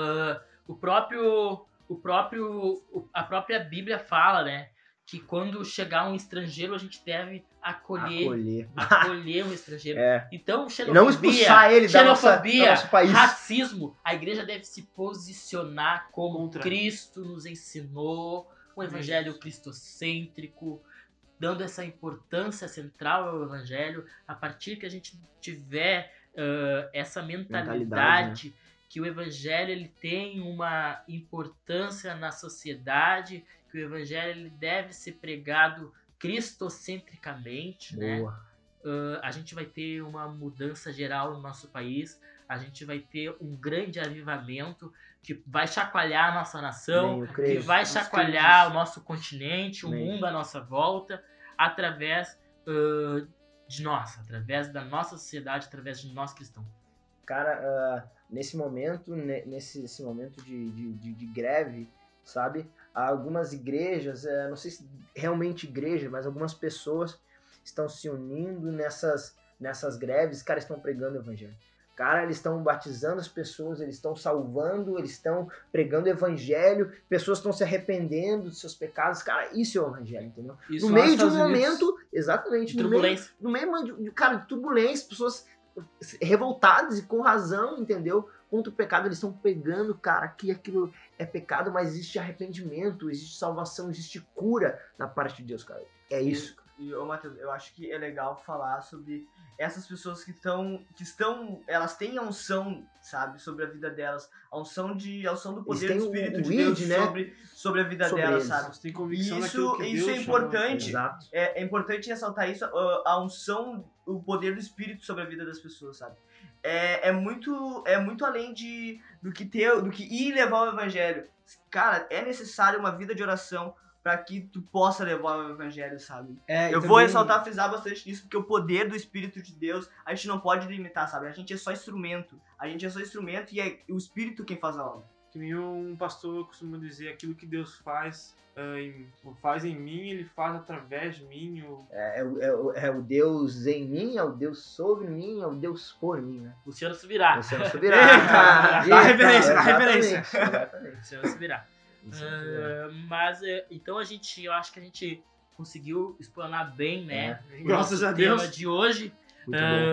A própria Bíblia fala, né? Que quando chegar um estrangeiro, a gente deve acolher um estrangeiro. Então, E não expulsar ele do nosso país. racismo, a igreja deve se posicionar como Cristo nos ensinou, um evangelho cristocêntrico, dando essa importância central ao evangelho. A partir que a gente tiver essa mentalidade, né? Que o evangelho ele tem uma importância na sociedade, que o evangelho ele deve ser pregado cristocentricamente, né? A gente vai ter uma mudança geral no nosso país, a gente vai ter um grande avivamento que vai chacoalhar a nossa nação, que vai chacoalhar o nosso continente, o mundo à nossa volta, através de nós, através da nossa sociedade, através de nós cristãos. Cara, nesse momento de greve, sabe? Algumas igrejas, não sei se realmente igreja, mas algumas pessoas estão se unindo nessas greves, cara, estão pregando o evangelho. Cara, eles estão batizando as pessoas, eles estão salvando, eles estão pregando o evangelho, pessoas estão se arrependendo dos seus pecados. Cara, isso é o evangelho, entendeu? Isso no meio de um momento, exatamente, turbulência. No meio de turbulência, pessoas revoltadas e com razão, entendeu? Contra o pecado, eles estão pegando, cara, que aquilo é pecado, mas existe arrependimento, existe salvação, existe cura da parte de Deus, cara. É isso. Matheus, eu acho que é legal falar sobre essas pessoas que estão, elas têm a unção, sabe, sobre a vida delas, a unção do poder do Espírito de Deus, né? sobre a vida delas, sabe? Eles têm convicção Isso é importante. Exato. É importante ressaltar isso, a unção, o poder do Espírito sobre a vida das pessoas, sabe? É muito além do que ir levar o evangelho. Cara, é necessário uma vida de oração para que tu possa levar o evangelho, sabe? Eu vou frisar bastante nisso, porque o poder do Espírito de Deus, a gente não pode limitar, sabe? A gente é só instrumento. E é o Espírito quem faz a obra. Que nem um pastor costuma dizer, aquilo que Deus faz em mim, ele faz através de mim. É o Deus em mim, é o Deus sobre mim, é o Deus por mim, né? Luciano Subirá. Luciano Subirá. Dá referência. Exatamente. Luciano Subirá. Mas então eu acho que a gente conseguiu explanar bem, né? Graças a tema Deus. de hoje. Muito bom.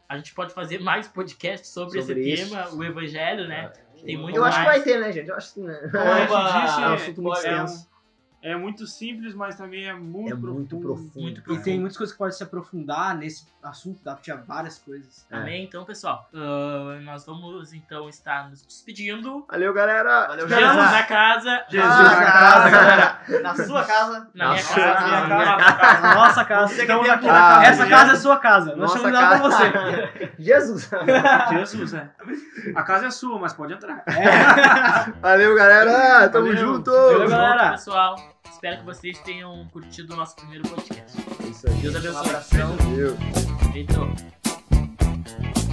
A gente pode fazer mais podcasts sobre esse Sobre tema, isso. o evangelho, né? Tem muito Eu mais. acho que vai ter, né, gente? Eu acho que, né? Como a gente Oba! disse, É um assunto muito extenso. é muito simples, mas também é muito É muito profundo. Muito E profundo. tem muitas coisas que podem se aprofundar nesse assunto, dá pra tirar várias coisas. Amém? Então, pessoal, nós vamos então estar nos despedindo. Valeu, galera. Valeu, Jesus galera. na casa. Jesus na na casa, casa. galera. Na sua casa. Na minha Nossa, casa. minha na casa. Na nossa casa. Você que Então, veio aqui na na casa. essa né? casa é sua casa. Nós Nossa estamos dando pra você. Jesus. Jesus, né? A casa é sua, mas pode entrar. Valeu, galera. Tamo Valeu. junto. Valeu, Tamo galera. junto, pessoal. Espero que vocês tenham curtido o nosso primeiro podcast. É isso aí. Deus Um abençoe. abração. Valeu. Feito.